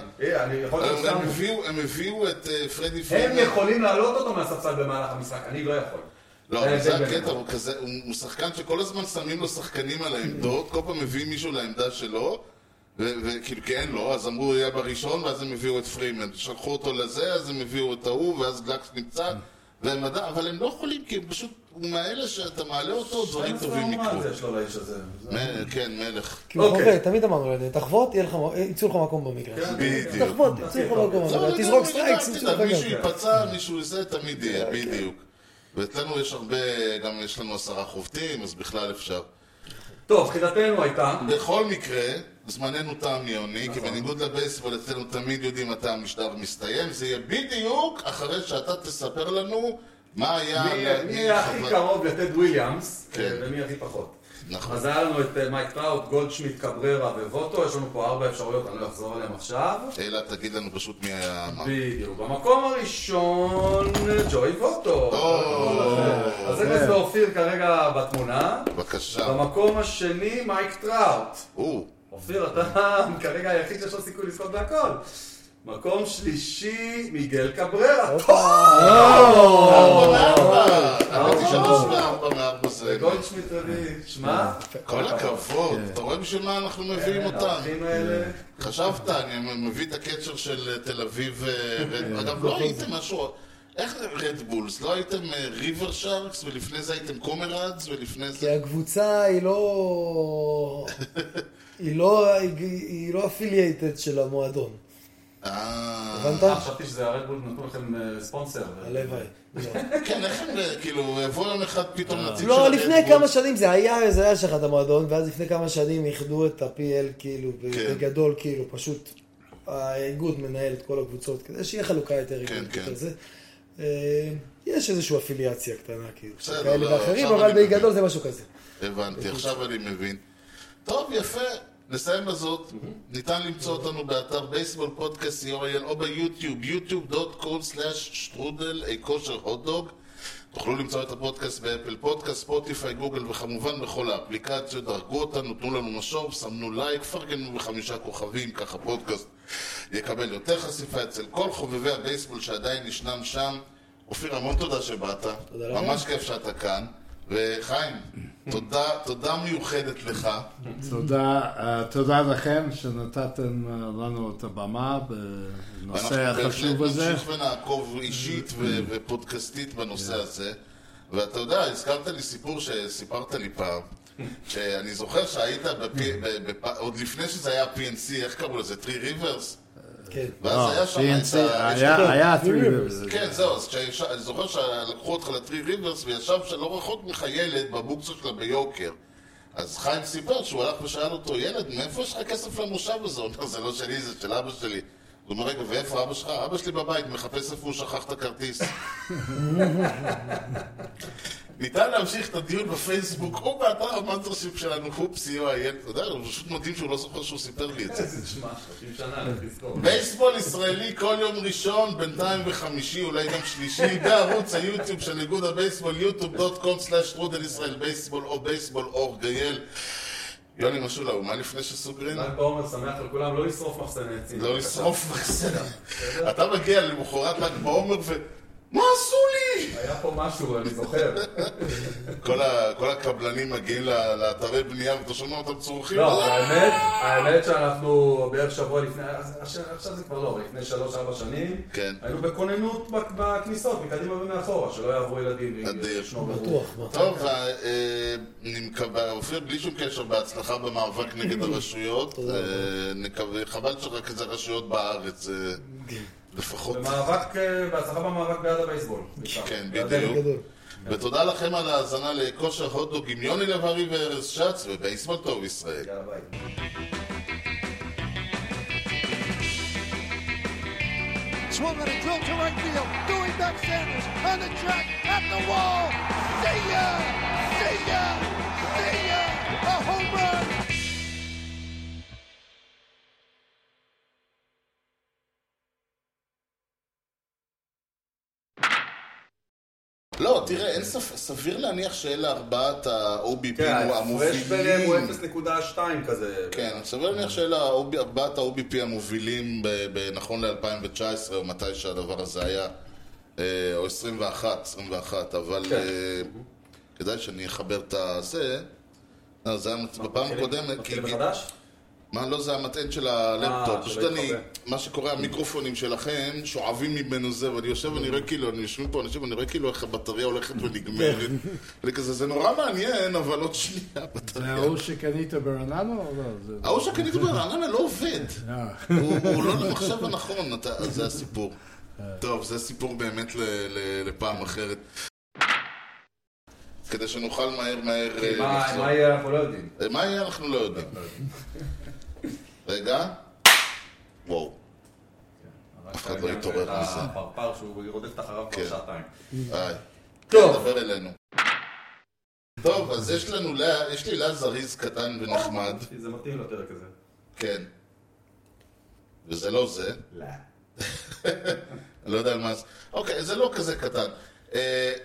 הם הביאו את פרדי פרימן. הם יכולים להעלות אותו מהספסל במהלך המשחק, אני לא יכול. לא, זה הקטע, הוא כזה, הוא שחקן שכל הזמן שמים לו שחקנים על העמדות, כל פעם מביאים מישהו לעמדה שלו, וכאילו כי אין לו, אז אמרו הוא יהיה בראשון, ואז הם הביאו את פרימן, שלחו אותו לזה, אז הם הביאו את ההוא, ואז גלקס נמצא, והם עדיין, אבל הם לא יכולים, כי פשוט, הוא מהאלה שאתה מעלה אותו, דברים טובים יקרו. יש לו לאיש הזה. כן, מלך. כי הוא חובה, תמיד אמרנו, תחוות, יצאו לך מקום במגרש. בדיוק. תחוות, יצאו לך מקום במגרש. תזרוק סטרייקס, יצאו לך מקום. מישהו ייפצע, מישהו יזה, תמיד יהיה, בדיוק. ואצלנו יש הרבה, גם יש לנו עשרה חובטים, אז בכלל אפשר. טוב, חידתנו הייתה... בכל מקרה, זמננו תם יוני, כי בניגוד לבייסבול אצלנו תמיד יודעים מתי המשדר מסתיים, זה יהיה בדיוק אחרי שאתה תספר לנו מה היה... מי היה הכי קרוב לטד וויליאמס, ומי הכי פחות. נכון. אז היה לנו את מייק טראוט, גולדשמיט, קבררה ווטו, יש לנו פה ארבע אפשרויות, אני לא אחזור עליהם עכשיו. אלא תגיד לנו פשוט מי היה מה. בדיוק. במקום הראשון, ג'וי ווטו. אז זה כזה אופיר כרגע בתמונה. בבקשה. במקום השני, מייק טראוט. או. אופיר, אתה כרגע היחיד שיש לו סיכוי לזכות בהכל. מקום שלישי, מיגל קבררה. ארבע מארבע. אמרתי שלוש מארבע מארבע זה. גולדשמיט רביעי. שמע? כל הכבוד. אתה רואה בשביל מה אנחנו מביאים אותם? חשבת, אני מביא את הקצ'ר של תל אביב. אגב, לא הייתם משהו... איך רדבולס? לא הייתם ריבר שרקס ולפני זה הייתם קומראדס ולפני זה... כי הקבוצה היא לא... היא לא... היא לא אפילייטד של המועדון. אה... הבנת? חשבתי שזה הרדבול נתנו לכם ספונסר. הלוואי. כן, איך הם כאילו, יבוא יום אחד פתאום נציג של לא, לפני כמה שנים זה היה, זה היה שחת המועדון, ואז לפני כמה שנים איחדו את ה-פי אל כאילו, בגדול כאילו, פשוט האיגוד מנהל את כל הקבוצות, כדי שיהיה חלוקה יותר איגוד כזה. יש איזושהי אפיליאציה קטנה, כאילו, כאלה ואחרים, אבל בגדול זה משהו כזה. הבנתי, עכשיו אני מבין. טוב, יפה. נסיים בזאת, ניתן למצוא אותנו באתר בייסבול פודקאסט סי או איי אל או ביוטיוב, יוטיוב דוט קום סלאש שטרודל אי כושר הוטדוג. תוכלו למצוא את הפודקאסט באפל פודקאסט, ספוטיפיי, גוגל וכמובן בכל האפליקציות. דרגו אותנו, תנו לנו משוב, שמנו לייק, פרגנו בחמישה כוכבים, ככה פודקאסט יקבל יותר חשיפה אצל כל חובבי הבייסבול שעדיין ישנם שם. אופיר, המון תודה שבאת, ממש כיף שאתה כאן. וחיים, תודה, תודה מיוחדת לך. תודה, תודה לכם שנתתם לנו את הבמה בנושא החשוב הזה. אנחנו נמשיך ונעקוב אישית ופודקאסטית בנושא הזה. ואתה יודע, הזכרת לי סיפור שסיפרת לי פעם, שאני זוכר שהיית, עוד לפני שזה היה פי אן סי, איך קראו לזה? טרי ריברס? כן. ואז היה שם את ה... היה טרי ריברס. כן, זהו, אני זוכר שלקחו אותך לטרי ריברס וישב שלא רחוק ממך ילד בבוקסה שלה ביוקר. אז חיים סיפר שהוא הלך ושאל אותו, ילד, מאיפה יש לך כסף למושב הזה? הוא אומר, זה לא שלי, זה של אבא שלי. הוא אומר, רגע, ואיפה אבא שלך? אבא שלי בבית, מחפש איפה הוא שכח את הכרטיס. ניתן להמשיך את הדיון בפייסבוק או באתר המנטרשיפ שלנו, הופ סי או איי אל. אתה יודע, הוא פשוט מדהים שהוא לא זוכר שהוא סיפר לי את זה. איזה תשמע, שלושים שנה, תזכור. בייסבול ישראלי כל יום ראשון, בינתיים וחמישי, אולי גם שלישי, בערוץ היוטיוב של איגוד הבייסבול, יוטיוב דוט קום סלאש שטרודל ישראל בייסבול או בייסבול אור גייל. יוני משולה, מה לפני שסוגרים? רק בעומר שמח לכולם, לא לשרוף מחסני עצים. לא לשרוף מחסני. אתה מגיע למחרת ל"ג בעומר ו... מה עשו לי? היה פה משהו, אני זוכר. כל הקבלנים מגיעים לאתרי בנייה ואתה שומע אותם צורכים. לא, האמת, האמת שאנחנו בערך שבוע לפני, עכשיו זה כבר לא, לפני שלוש ארבע שנים, היינו בכוננות בכניסות, מקדימה ומאחורה, שלא יעברו ילדים. אדיר. בטוח. טוב, אופיר, בלי שום קשר בהצלחה במאבק נגד הרשויות. חבל שרק איזה רשויות בארץ. לפחות. במאבק, בהצלחה במאבק בעד הבייסבול. כן, בדיוק. ותודה לכם על ההאזנה לכושר הוטדוג עם יוני לב-ארי וארז שץ ובייסבול טוב ישראל. יאללה ביי. Swung on a drill to right field. Doing back Sanders on the track at the wall. See ya! See ya! See ya! A home run! לא, תראה, אין סביר להניח שאלה ארבעת ה-או בי פי המובילים. כן, הפרש ביניהם הוא אפס נקודה שתיים כזה. כן, סביר להניח שאלה ארבעת ה-או בי פי המובילים נכון ל-אלפיים תשע עשרה, או מתי שהדבר הזה היה, או עשרים ואחת, אבל כדאי שאני אחבר את הזה. זה היה בפעם הקודמת. מתחילים מחדש? מה, לא, זה המטען של הלפטופ. פשוט אני, מה שקורה, המיקרופונים שלכם שואבים ממנו זה, ואני יושב ואני רואה כאילו, אני יושבים פה אנשים, ואני רואה כאילו איך הבטריה הולכת ונגמרת. ואני כזה, זה נורא מעניין, אבל עוד שנייה, הבטריה. זה ההוא שקנית ברעננה או לא? ההוא שקנית ברעננה לא עובד. הוא לא למחשב הנכון, זה הסיפור. טוב, זה סיפור באמת לפעם אחרת. כדי שנוכל מהר מהר... מה יהיה אנחנו לא יודעים. מה יהיה אנחנו לא יודעים. רגע. וואו. אף אחד לא יתעורר מזה. הפרפר שהוא רודף אחריו כבר שעתיים. היי. טוב. דבר אלינו. טוב, אז יש לנו, יש לי לה זריז קטן ונחמד. זה מתאים לו יותר כזה. כן. וזה לא זה. לא. אני לא יודע על מה זה. אוקיי, זה לא כזה קטן.